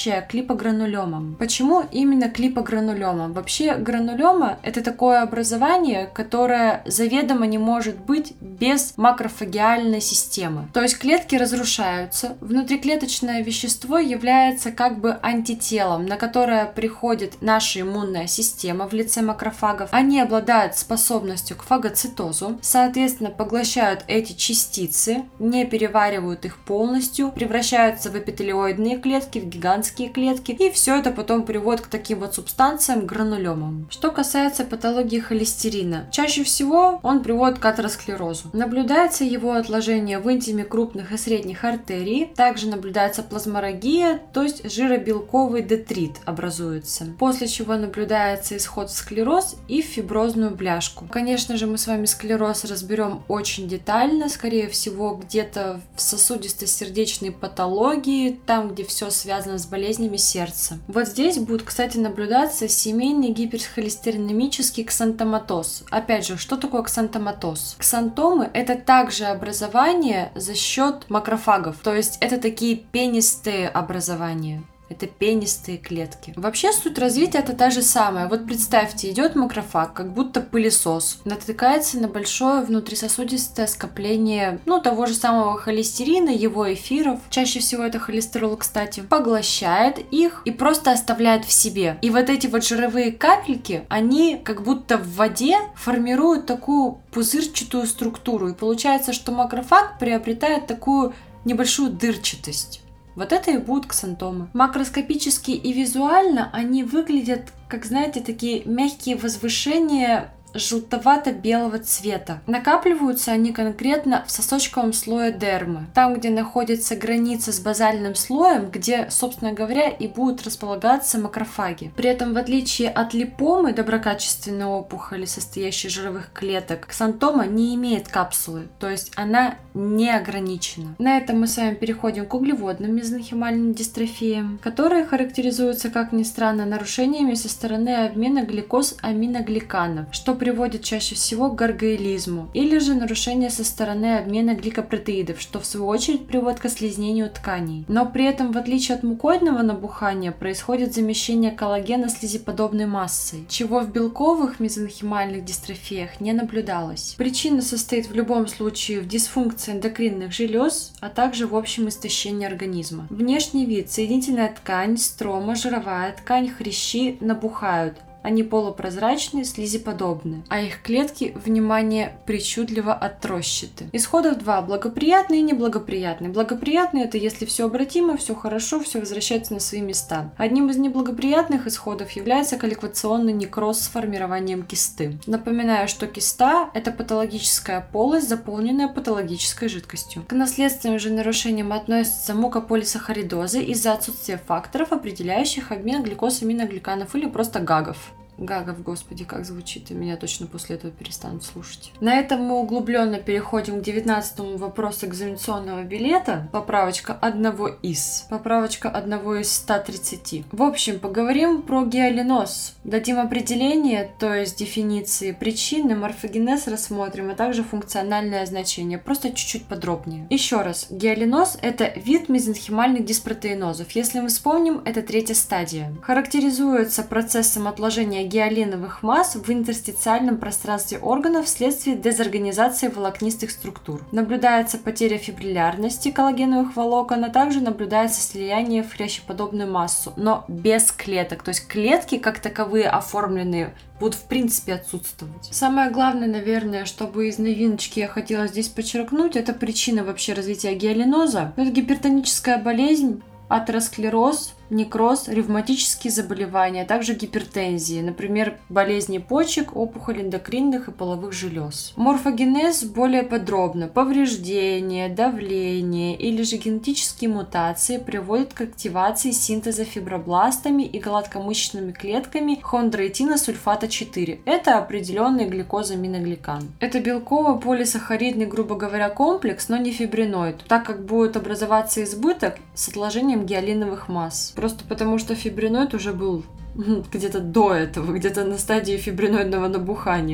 присущая клипогранулемам. Почему именно клипогранулемам? Вообще гранулема — это такое образование, которое заведомо не может быть без макрофагиальной системы. То есть клетки разрушаются, внутриклеточное вещество является как бы антителом, на которое приходит наша иммунная система в лице макрофагов. Они обладают способностью к фагоцитозу, соответственно, поглощают эти частицы, не переваривают их полностью, превращаются в эпителиоидные клетки, в гигантские клетки, и все это потом приводит к таким вот субстанциям, гранулемам. Что касается патологии холестерина, чаще всего он приводит к атеросклерозу. Наблюдается его отложение в интиме крупных и средних артерий, также наблюдается плазморагия, то есть жиробелковый детрит образуется, после чего наблюдается исход в склероз и в фиброзную бляшку. Конечно же, мы с вами склероз разберем очень детально, скорее всего, где-то в сосудисто-сердечной патологии, там, где все связано с болезнями сердца. Вот здесь будет, кстати, наблюдаться семейный гиперхолестеринемический ксантоматоз. Опять же, что такое ксантоматоз? Ксантомы — это также образование за счет макрофагов, то есть это такие пенистые образования. Это пенистые клетки. Вообще суть развития это та же самая. Вот представьте, идет макрофаг, как будто пылесос, натыкается на большое внутрисосудистое скопление, ну, того же самого холестерина, его эфиров, чаще всего это холестерол, кстати, поглощает их и просто оставляет в себе. И вот эти вот жировые капельки, они как будто в воде формируют такую пузырчатую структуру. И получается, что макрофаг приобретает такую небольшую дырчатость. Вот это и будут ксантомы. Макроскопически и визуально они выглядят, как, знаете, такие мягкие возвышения желтовато-белого цвета. Накапливаются они конкретно в сосочковом слое дермы, там, где находится граница с базальным слоем, где, собственно говоря, и будут располагаться макрофаги. При этом, в отличие от липомы, доброкачественной опухоли, состоящей из жировых клеток, ксантома не имеет капсулы, то есть она не ограничена. На этом мы с вами переходим к углеводным мезонхимальным дистрофиям, которые характеризуются, как ни странно, нарушениями со стороны обмена гликоз-аминогликанов, что приводит чаще всего к гаргаилизму, или же нарушение со стороны обмена гликопротеидов, что в свою очередь приводит к ослизнению тканей. Но при этом, в отличие от мукоидного набухания, происходит замещение коллагена слизеподобной массой, чего в белковых мезонхимальных дистрофиях не наблюдалось. Причина состоит в любом случае в дисфункции эндокринных желез, а также в общем истощении организма. Внешний вид: соединительная ткань, строма, жировая ткань, хрящи набухают. Они полупрозрачные, слизеподобные, а их клетки, внимание, причудливо отрощиты. Исходов два: благоприятные и неблагоприятные. Благоприятные — это если все обратимо, все хорошо, все возвращается на свои места. Одним из неблагоприятных исходов является колликвационный некроз с формированием кисты. Напоминаю, что киста — это патологическая полость, заполненная патологической жидкостью. К наследственным же нарушениям относятся мукополисахаридозы из-за отсутствия факторов, определяющих обмен гликоз-аминогликанов, или просто гагов. Гагов, господи, как звучит, и меня точно после этого перестанут слушать. На этом мы углубленно переходим к девятнадцатому вопросу экзаменационного билета. Поправочка одного из. Поправочка одного из ста тридцати. В общем, поговорим про гиалиноз. Дадим определение, то есть дефиниции, причины, морфогенез рассмотрим, а также функциональное значение. Просто чуть-чуть подробнее. Еще раз, гиалиноз — это вид мезонхимальных диспротеинозов. Если мы вспомним, это третья стадия. Характеризуется процессом отложения гиалиновых масс в интерстициальном пространстве органов вследствие дезорганизации волокнистых структур. Наблюдается потеря фибриллярности коллагеновых волокон, а также наблюдается слияние в хрящеподобную массу, но без клеток. То есть клетки, как таковые оформленные, будут в принципе отсутствовать. Самое главное, наверное, чтобы из новиночки я хотела здесь подчеркнуть, это причина вообще развития гиалиноза. Это гипертоническая болезнь, атеросклероз, некроз, ревматические заболевания, а также гипертензии, например, болезни почек, опухоли эндокринных и половых желез. Морфогенез более подробно. Повреждение, давление или же генетические мутации приводят к активации синтеза фибробластами и гладкомышечными клетками хондроитина сульфата четыре. Это определенный гликозаминогликан. Это белково-полисахаридный, грубо говоря, комплекс, но не фибриноид, так как будет образоваться избыток с отложением гиалиновых масс. Просто потому, что фибриноид уже был где-то до этого, где-то на стадии фибриноидного набухания.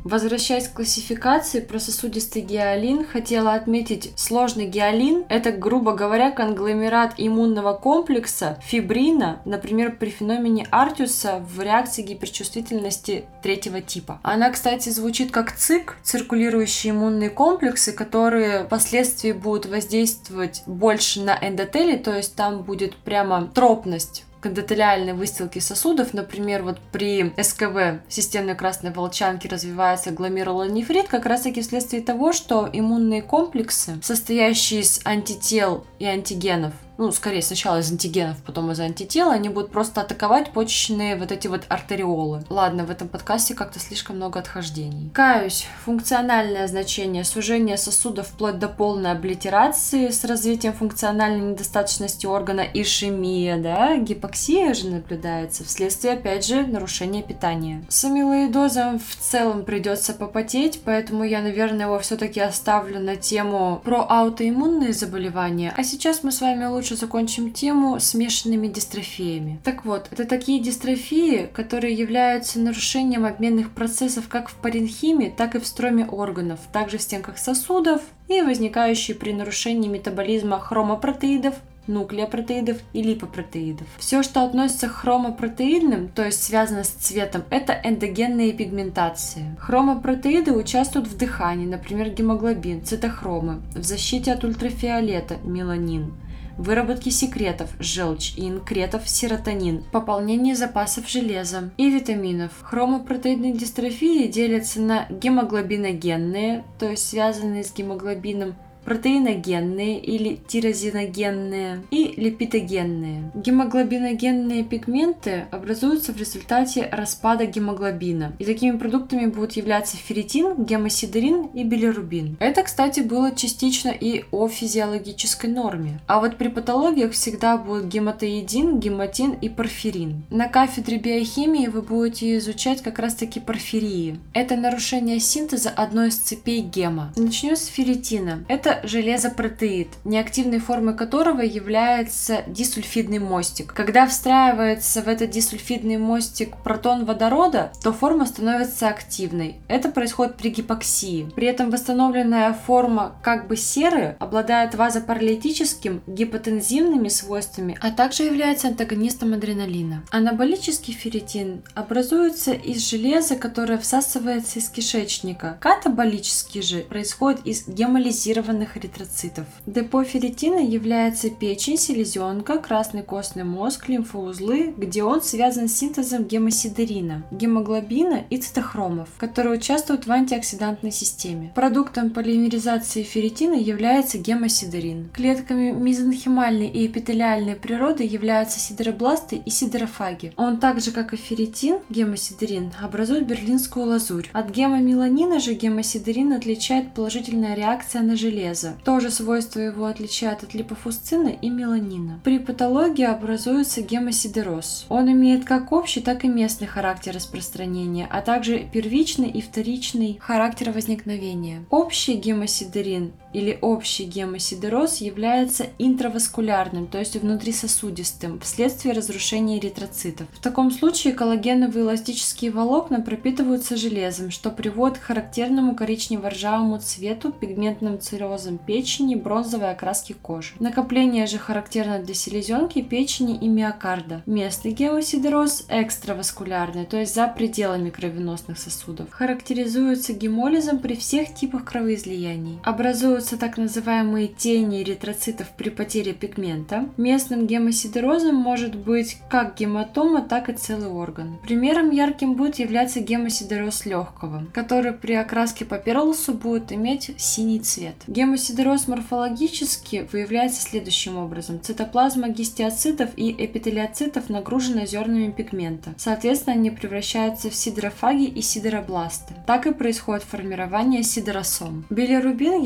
Возвращаясь к классификации, про сосудистый гиалин хотела отметить сложный гиалин. Это, грубо говоря, конгломерат иммунного комплекса фибрина, например, при феномене Артиуса в реакции гиперчувствительности третьего типа. Она, кстати, звучит как ЦИК, циркулирующие иммунные комплексы, которые впоследствии будут воздействовать больше на эндотелий, то есть там будет прямо тропность к эндотелиальной выстилке сосудов. Например, вот при СКВ, системной красной волчанки, развивается гломерулонефрит как раз-таки вследствие того, что иммунные комплексы, состоящие из антител и антигенов, ну, скорее сначала из антигенов, потом из антител, они будут просто атаковать почечные вот эти вот артериолы. Ладно, в этом подкасте как-то слишком много отхождений. Каюсь. Функциональное значение: сужение сосудов вплоть до полной облитерации с развитием функциональной недостаточности органа, ишемия, да, гипоксия же наблюдается вследствие, опять же, нарушения питания. С амилоидозом в целом придется попотеть, поэтому я, наверное, его все-таки оставлю на тему про аутоиммунные заболевания. А сейчас мы с вами лучше закончим тему смешанными дистрофиями. Так вот, это такие дистрофии, которые являются нарушением обменных процессов как в паренхиме, так и в строме органов, также в стенках сосудов и возникающие при нарушении метаболизма хромопротеидов, нуклеопротеидов и липопротеидов. Все, что относится к хромопротеидным, то есть связано с цветом, это эндогенные пигментации. Хромопротеиды участвуют в дыхании, например, гемоглобин, цитохромы, в защите от ультрафиолета, меланин, выработки секретов, желчь, и инкретов, серотонин, пополнение запасов железа и витаминов. Хромопротеидные дистрофии делятся на гемоглобиногенные, то есть связанные с гемоглобином, протеиногенные или тирозиногенные и липидогенные. Гемоглобиногенные пигменты образуются в результате распада гемоглобина, и такими продуктами будут являться ферритин, гемосидерин и билирубин. Это, кстати, было частично и о физиологической норме. А вот при патологиях всегда будут гематоидин, гематин и порфирин. На кафедре биохимии вы будете изучать как раз-таки порфирии. Это нарушение синтеза одной из цепей гема. Начнем с ферритина. Это железопротеид, неактивной формой которого является дисульфидный мостик. Когда встраивается в этот дисульфидный мостик протон водорода, то форма становится активной. Это происходит при гипоксии. При этом восстановленная форма как бы серы обладает вазопаралитическим, гипотензивными свойствами, а также является антагонистом адреналина. Анаболический ферритин образуется из железа, которое всасывается из кишечника. Катаболический же происходит из гемолизированных эритроцитов. Депо ферритина является печень, селезенка, красный костный мозг, лимфоузлы, где он связан с синтезом гемосидерина, гемоглобина и цитохромов, которые участвуют в антиоксидантной системе. Продуктом полимеризации ферритина является гемосидерин. Клетками мезонхимальной и эпителиальной природы являются сидеробласты и сидерофаги. Он так же, как и ферритин, гемосидерин, образует берлинскую лазурь. От гемомеланина же гемосидерин отличает положительная реакция на железо. Тоже свойства его отличают от липофусцина и меланина. При патологии образуется гемосидероз. Он имеет как общий, так и местный характер распространения, а также первичный и вторичный характер возникновения. Общий гемосидерин или общий гемосидероз является интраваскулярным, то есть внутрисосудистым, вследствие разрушения эритроцитов. В таком случае коллагеновые эластические волокна пропитываются железом, что приводит к характерному коричнево-ржавому цвету, пигментным циррозам печени, бронзовой окраски кожи. Накопление же характерно для селезенки, печени и миокарда. Местный гемосидероз экстраваскулярный, то есть за пределами кровеносных сосудов. Характеризуется гемолизом при всех типах кровоизлияний. Образуются так называемые тени эритроцитов при потере пигмента. Местным гемосидерозом может быть как гематома, так и целый орган. Примером ярким будет являться гемосидероз легкого, который при окраске по перлусу будет иметь синий цвет. Гемосидероз морфологически выявляется следующим образом. Цитоплазма гистиоцитов и эпителиоцитов нагружена зернами пигмента. Соответственно, они превращаются в сидерофаги и сидеробласты. Так и происходит формирование сидеросом. Билирубин является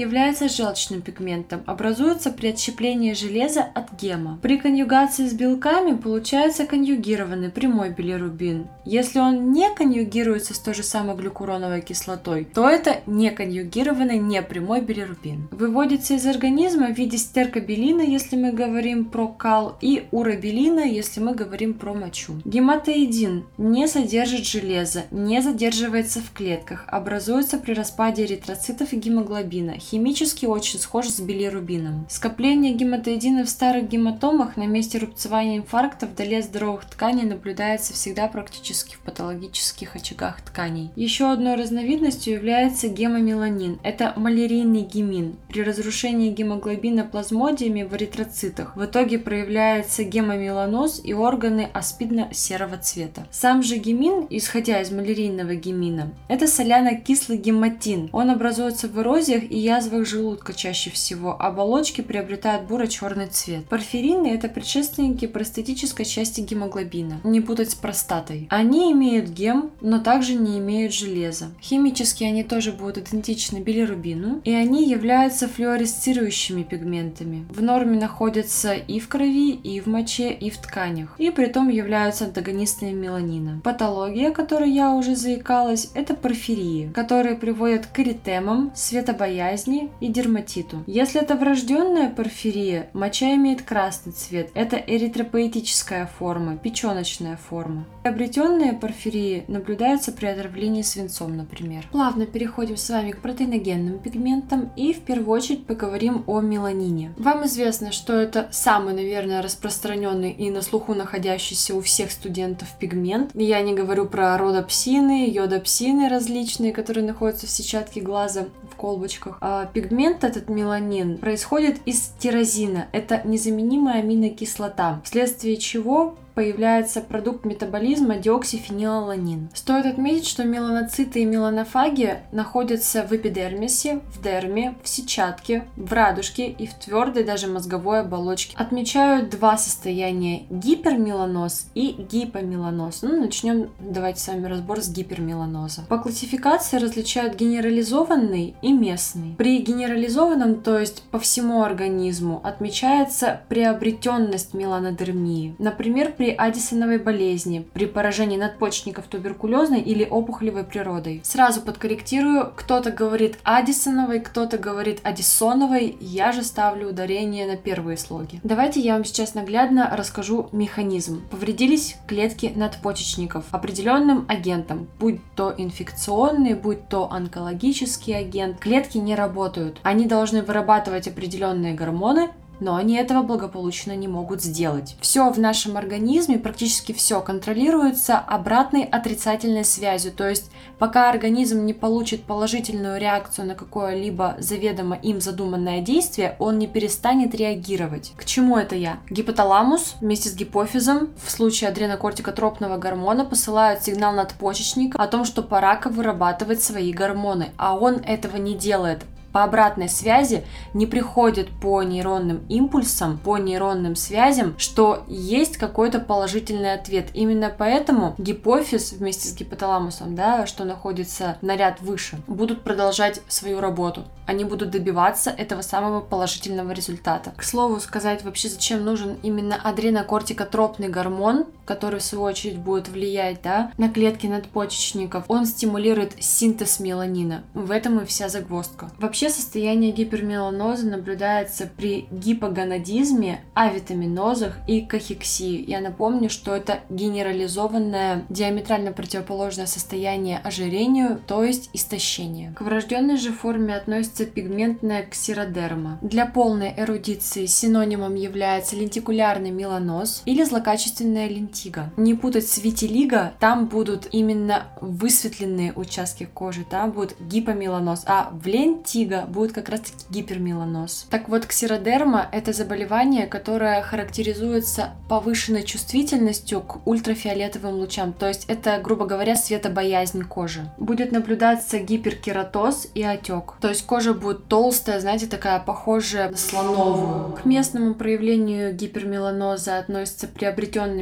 желчным пигментом, образуется при отщеплении железа от гема. При конъюгации с белками получается конъюгированный прямой билирубин. Если он не конъюгируется с той же самой глюкуроновой кислотой, то это не конъюгированный непрямой билирубин. Выводится из организма в виде стеркобилина, если мы говорим про кал, и уробилина, если мы говорим про мочу. Гематоидин не содержит железа, не задерживается в клетках, образуется при распаде эритроцитов и гемоглобина. Химически очень схож с билирубином. Скопление гематоидина в старых гематомах на месте рубцевания инфаркта вдали от здоровых тканей наблюдается всегда практически в патологических очагах тканей. Еще одной разновидностью является гемомеланин. Это малярийный гемин. При разрушении гемоглобина плазмодиями в эритроцитах в итоге проявляется гемомеланоз и органы аспидно-серого цвета. Сам же гемин, исходя из малярийного гемина, это соляно-кислый гематин. Он образуется в эрозиях и язвах желудка чаще всего. Оболочки приобретают буро-черный цвет. Порфирины – это предшественники простатической части гемоглобина. Не путать с простатой. Они имеют гем, но также не имеют железа. Химически они тоже будут идентичны билирубину, и они являются флуоресцирующими пигментами. В норме находятся и в крови, и в моче, и в тканях, и притом являются антагонистами меланина. Патология, о которой я уже заикалась, это порфирии, которые приводят к эритемам, светобоязни и дерматиту. Если это врожденная порфирия, моча имеет красный цвет, это эритропоэтическая форма, печеночная форма. Приобретенные порфирии наблюдаются при отравлении свинцом, например. Плавно переходим с вами к протеиногенным пигментам и в первую очередь поговорим о меланине. Вам известно, что это самый, наверное, распространенный и на слуху находящийся у всех студентов пигмент. Я не говорю про родопсины, йодопсины различные, которые находятся в сетчатке глаза, в колбочках. А пигмент этот меланин происходит из тирозина. Это незаменимая аминокислота, вследствие чего появляется продукт метаболизма диоксифенилаланин. Стоит отметить, что меланоциты и меланофаги находятся в эпидермисе, в дерме, в сетчатке, в радужке и в твердой даже мозговой оболочке. Отмечают два состояния: гипермеланоз и гипомеланоз. Ну, начнем давайте с вами разбор с гипермеланоза. По классификации различают генерализованный и местный. При генерализованном, то есть по всему организму, отмечается приобретенность меланодермии. Например, при Аддисоновой болезни, при поражении надпочечников туберкулезной или опухолевой природой. Сразу подкорректирую, кто-то говорит Аддисоновой, кто-то говорит Аддисоновой, я же ставлю ударение на первые слоги. Давайте я вам сейчас наглядно расскажу механизм. Повредились клетки надпочечников определенным агентом, будь то инфекционный, будь то онкологический агент. Клетки не работают, они должны вырабатывать определенные гормоны, но они этого благополучно не могут сделать. Все в нашем организме, практически все контролируется обратной отрицательной связью, то есть пока организм не получит положительную реакцию на какое-либо заведомо им задуманное действие, он не перестанет реагировать. К чему это я? Гипоталамус вместе с гипофизом в случае адренокортикотропного гормона посылают сигнал надпочечника о том, что пора вырабатывать свои гормоны, а он этого не делает. По обратной связи не приходит по нейронным импульсам, по нейронным связям, что есть какой-то положительный ответ. Именно поэтому гипофиз вместе с гипоталамусом, да, что находится на ряд выше, будут продолжать свою работу. Они будут добиваться этого самого положительного результата. К слову сказать, вообще зачем нужен именно адренокортикотропный гормон, который в свою очередь будет влиять, да, на клетки надпочечников. Он стимулирует синтез меланина. В этом и вся загвоздка. Вообще состояние гипермеланоза наблюдается при гипогонадизме, авитаминозах и кахексии. Я напомню, что это генерализованное, диаметрально противоположное состояние ожирению, то есть истощение. К врожденной же форме относится пигментная ксеродерма. Для полной эрудиции синонимом является лентикулярный меланоз или злокачественная лентига. Не путать с витилиго, там будут именно высветленные участки кожи, там будет гипомеланоз, а в лентиго будет как раз таки гипермеланоз. Так вот, ксеродерма – это заболевание, которое характеризуется повышенной чувствительностью к ультрафиолетовым лучам, то есть это, грубо говоря, светобоязнь кожи. Будет наблюдаться гиперкератоз и отек, то есть кожа будет толстая, знаете, такая похожая на слоновую. К местному проявлению гипермеланоза относится приобретенный меланоз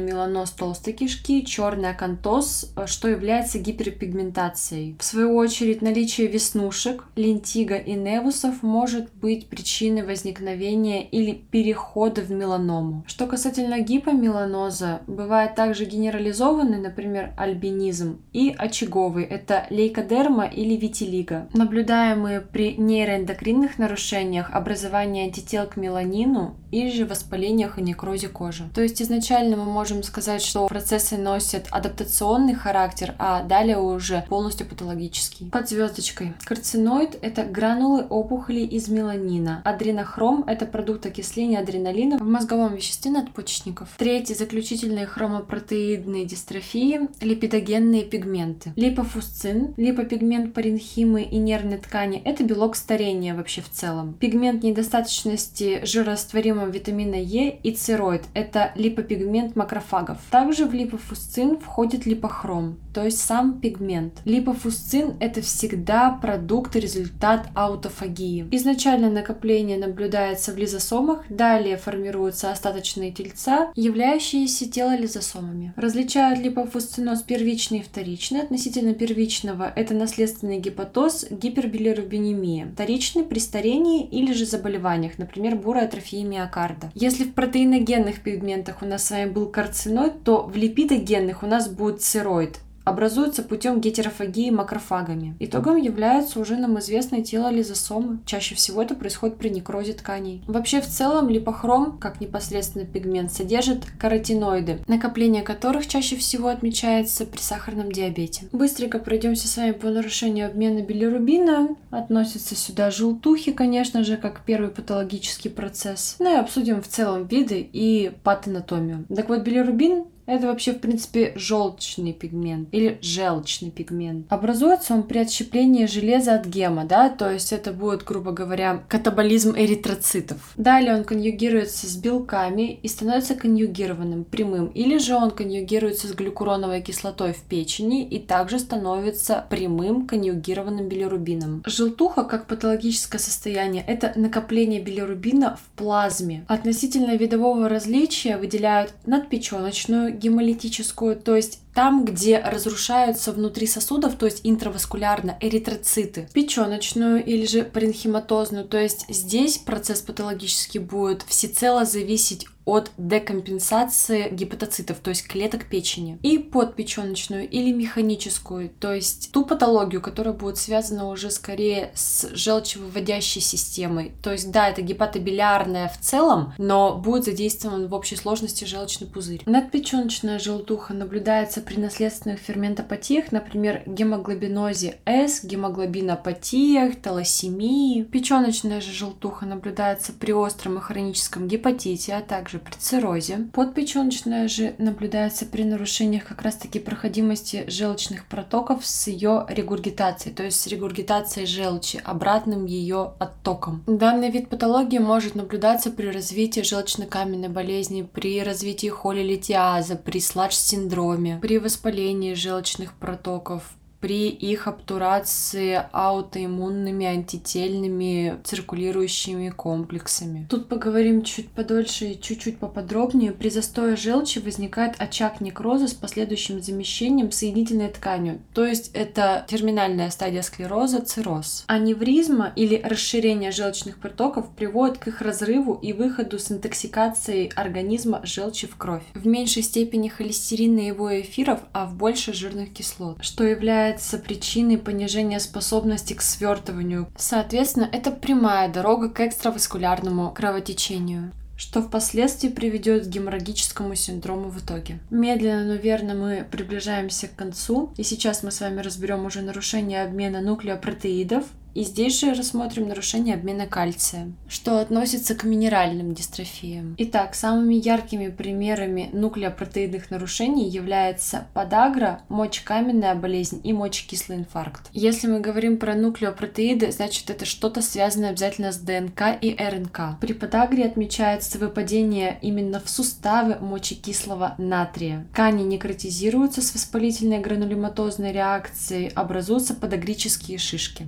стеноз толстой кишки, черный акантоз, что является гиперпигментацией. В свою очередь, наличие веснушек, лентиго и невусов может быть причиной возникновения или перехода в меланому. Что касательно гипомеланоза, бывает также генерализованный, например, альбинизм, и очаговый, это лейкодерма или витилиго, наблюдаемые при нейроэндокринных нарушениях, образовании антител к меланину или же воспалениях и некрозе кожи. То есть изначально мы можем сказать, что процессы носят адаптационный характер, а далее уже полностью патологический. Под звездочкой. Карциноид – это гранулы опухолей из меланина. Адренохром – это продукт окисления адреналина в мозговом веществе надпочечников. Третий – заключительные хромопротеидные дистрофии, липидогенные пигменты. Липофусцин, липопигмент паренхимы и нервной ткани – это белок старения вообще в целом. Пигмент недостаточности жирорастворимого витамина Е и цероид – это липопигмент макрофагов. Также в липофусцин входит липохром, то есть сам пигмент. Липофусцин – это всегда продукт и результат аутофагии. Изначально накопление наблюдается в лизосомах, далее формируются остаточные тельца, являющиеся телолизосомами. Различают липофусциноз первичный и вторичный. Относительно первичного – это наследственный гепатоз, гипербилирубинемия. Вторичный – при старении или же заболеваниях, например, бурая атрофия миокарда. Если в протеиногенных пигментах у нас с вами был карциноид, то в липидогенных у нас будет цероид. Образуются путем гетерофагии макрофагами. Итогом являются уже нам известные телолизосомы. Чаще всего это происходит при некрозе тканей. Вообще в целом липохром, как непосредственно пигмент, содержит каротиноиды, накопление которых чаще всего отмечается при сахарном диабете. Быстренько пройдемся с вами по нарушению обмена билирубина. Относятся сюда желтухи, конечно же, как первый патологический процесс. Ну и обсудим в целом виды и патанатомию. Так вот, билирубин это вообще, в принципе, желчный пигмент или желчный пигмент. Образуется он при отщеплении железа от гема, да, то есть это будет, грубо говоря, катаболизм эритроцитов. Далее он конъюгируется с белками и становится конъюгированным, прямым, или же он конъюгируется с глюкуроновой кислотой в печени и также становится прямым конъюгированным билирубином. Желтуха, как патологическое состояние, это накопление билирубина в плазме. Относительно видового различия выделяют надпеченочную, гемолитическую, то есть там, где разрушаются внутри сосудов, то есть интраваскулярно, эритроциты, печеночную или же паренхиматозную, то есть здесь процесс патологический будет всецело зависеть от декомпенсации гепатоцитов, то есть клеток печени, и подпеченочную или механическую, то есть ту патологию, которая будет связана уже скорее с желчевыводящей системой. То есть да, это гепатобилиарная в целом, но будет задействован в общей сложности желчный пузырь. Надпеченочная желтуха наблюдается при наследственных ферментопатиях, например, гемоглобинозе С, гемоглобинопатиях, талассемии. Печеночная же желтуха наблюдается при остром и хроническом гепатите, а также при циррозе. Подпеченочная же наблюдается при нарушениях как раз-таки проходимости желчных протоков с ее регургитацией, то есть с регургитацией желчи, обратным ее оттоком. Данный вид патологии может наблюдаться при развитии желчно-каменной болезни, при развитии холелитиаза, при сладж-синдроме, при воспалении желчных протоков, при их обтурации аутоиммунными антительными циркулирующими комплексами. Тут поговорим чуть подольше и чуть-чуть поподробнее. При застое желчи возникает очаг некроза с последующим замещением соединительной тканью, то есть это терминальная стадия склероза, цирроз. Аневризма или расширение желчных протоков приводит к их разрыву и выходу с интоксикацией организма желчи в кровь. В меньшей степени холестерина и его эфиров, а в большей жирных кислот, что является причиной понижения способности к свертыванию. Соответственно, это прямая дорога к экстраваскулярному кровотечению, что впоследствии приведет к геморрагическому синдрому в итоге. Медленно, но верно мы приближаемся к концу, и сейчас мы с вами разберем уже нарушение обмена нуклеопротеидов, и здесь же рассмотрим нарушение обмена кальция, что относится к минеральным дистрофиям. Итак, самыми яркими примерами нуклеопротеидных нарушений являются подагра, мочекаменная болезнь и мочекислый инфаркт. Если мы говорим про нуклеопротеиды, значит это что-то связанное обязательно с ДНК и РНК. При подагре отмечается выпадение именно в суставы мочекислого натрия. Ткани некротизируются с воспалительной гранулематозной реакцией, образуются подагрические шишки. В почках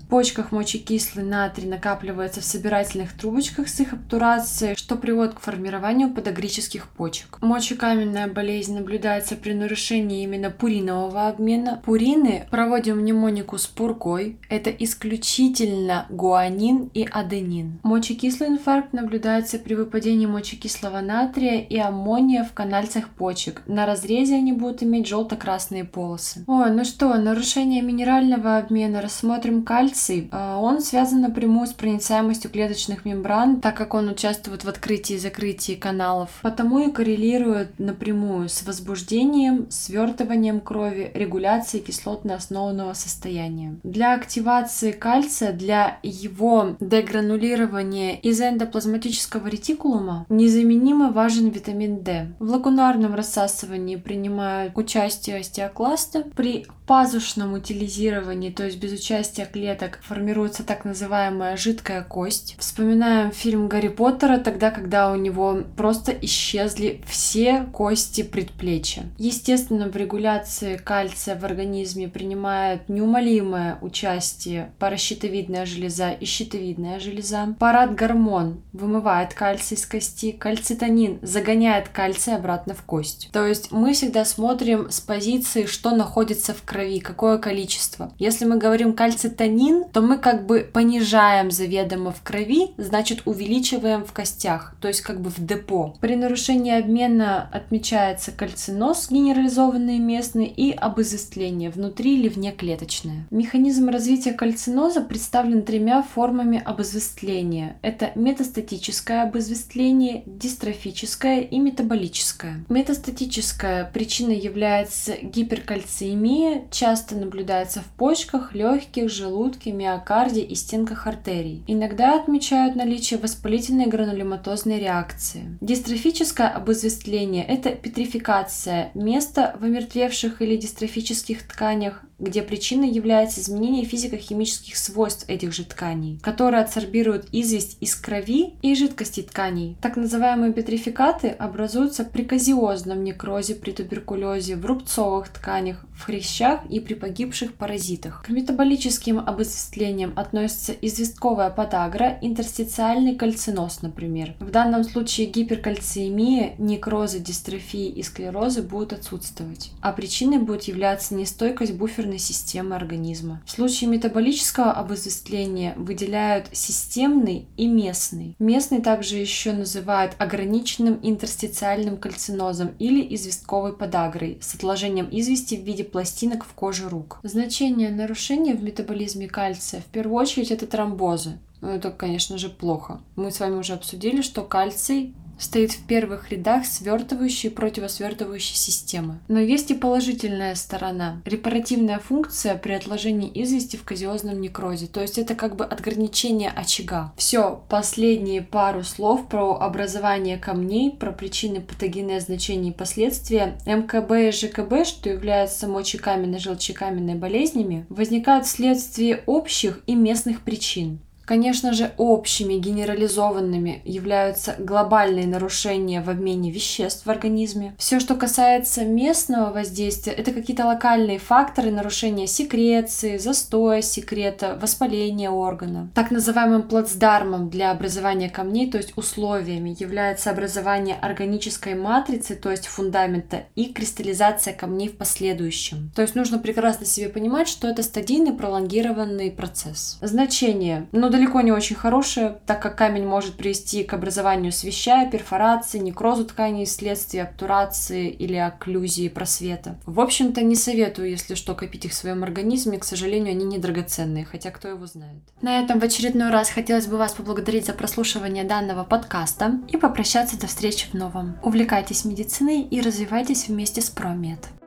почках мочекислый натрий накапливается в собирательных трубочках с их обтурацией, что приводит к формированию подагрических почек. Мочекаменная болезнь наблюдается при нарушении именно пуринового обмена. Пурины, проводим мнемонику с пургой, это исключительно гуанин и аденин. Мочекислый инфаркт наблюдается при выпадении мочекислого натрия и аммония в канальцах почек. На разрезе они будут иметь желто-красные полосы. О, ну что, нарушение минерального обмена. Рассмотрим кальций. Он связан напрямую с проницаемостью клеточных мембран, так как он участвует в открытии и закрытии каналов. Потому и коррелирует напрямую с возбуждением, свертыванием крови, регуляцией кислотно-основного состояния. Для активации кальция, для его дегранулирования из эндоплазматического ретикулума незаменимо важен витамин D. В лагунарном рассасывании принимают участие остеокласты. При пазушном утилизировании, то есть без участия клеток, формируется так называемая жидкая кость. Вспоминаем фильм Гарри Поттера, тогда, когда у него просто исчезли все кости предплечья. Естественно, в регуляции кальция в организме принимает неумолимое участие паращитовидная железа и щитовидная железа. Парадгормон вымывает кальций из кости, кальцитонин загоняет кальций обратно в кость. То есть мы всегда смотрим с позиции, что находится в крови, какое количество. Если мы говорим кальцитонин, то мы как бы понижаем заведомо в крови, значит увеличиваем в костях, то есть как бы в депо. При нарушении обмена отмечается кальциноз генерализованный местный и обызвестление внутри или внеклеточное. Механизм развития кальциноза представлен тремя формами обызвестления. Это метастатическое обызвестление, дистрофическое и метаболическое. Метастатическая причина является гиперкальциемия, часто наблюдается в почках, легких, желудке, миокарде и стенках артерий. Иногда отмечают наличие воспалительной гранулематозной реакции. Дистрофическое обызвестление – это петрификация места в омертвевших или дистрофических тканях, где причиной является изменение физико-химических свойств этих же тканей, которые адсорбируют известь из крови и жидкости тканей. Так называемые петрификаты образуются при казиозном некрозе, при туберкулезе, в рубцовых тканях, в хрящах и при погибших паразитах. К метаболическим обызвестлениям относятся известковая подагра, интерстициальный кальциноз, например. В данном случае гиперкальциемия, некрозы, дистрофии и склерозы будут отсутствовать, а причиной будет являться нестойкость буферной системы организма. В случае метаболического обызвестления выделяют системный и местный. Местный также еще называют ограниченным интерстициальным кальцинозом или известковой подагрой с отложением извести в виде пластинок в коже рук. Значение нарушения в метаболизме кальция в первую очередь это тромбозы. Ну, это, конечно же, плохо. Мы с вами уже обсудили, что кальций стоит в первых рядах свертывающей и противосвертывающей системы. Но есть и положительная сторона. Репаративная функция при отложении извести в казиозном некрозе. То есть это как бы отграничение очага. Все, последние пару слов про образование камней, про причины, патогенные значения и последствия. эм ка бэ и жэ ка бэ, что являются мочекаменной, желчекаменной болезнями, возникают вследствие общих и местных причин. Конечно же, общими, генерализованными являются глобальные нарушения в обмене веществ в организме. Все, что касается местного воздействия, это какие-то локальные факторы нарушения секреции, застоя секрета, воспаления органа. Так называемым плацдармом для образования камней, то есть условиями, является образование органической матрицы, то есть фундамента, и кристаллизация камней в последующем. То есть нужно прекрасно себе понимать, что это стадийный пролонгированный процесс. Значение. Ну, далеко не очень хорошее, так как камень может привести к образованию свища, перфорации, некрозу тканей вследствие обтурации или окклюзии просвета. В общем-то, не советую, если что, копить их в своем организме, к сожалению, они не драгоценные, хотя кто его знает. На этом в очередной раз хотелось бы вас поблагодарить за прослушивание данного подкаста и попрощаться до встречи в новом. Увлекайтесь медициной и развивайтесь вместе с ProMed.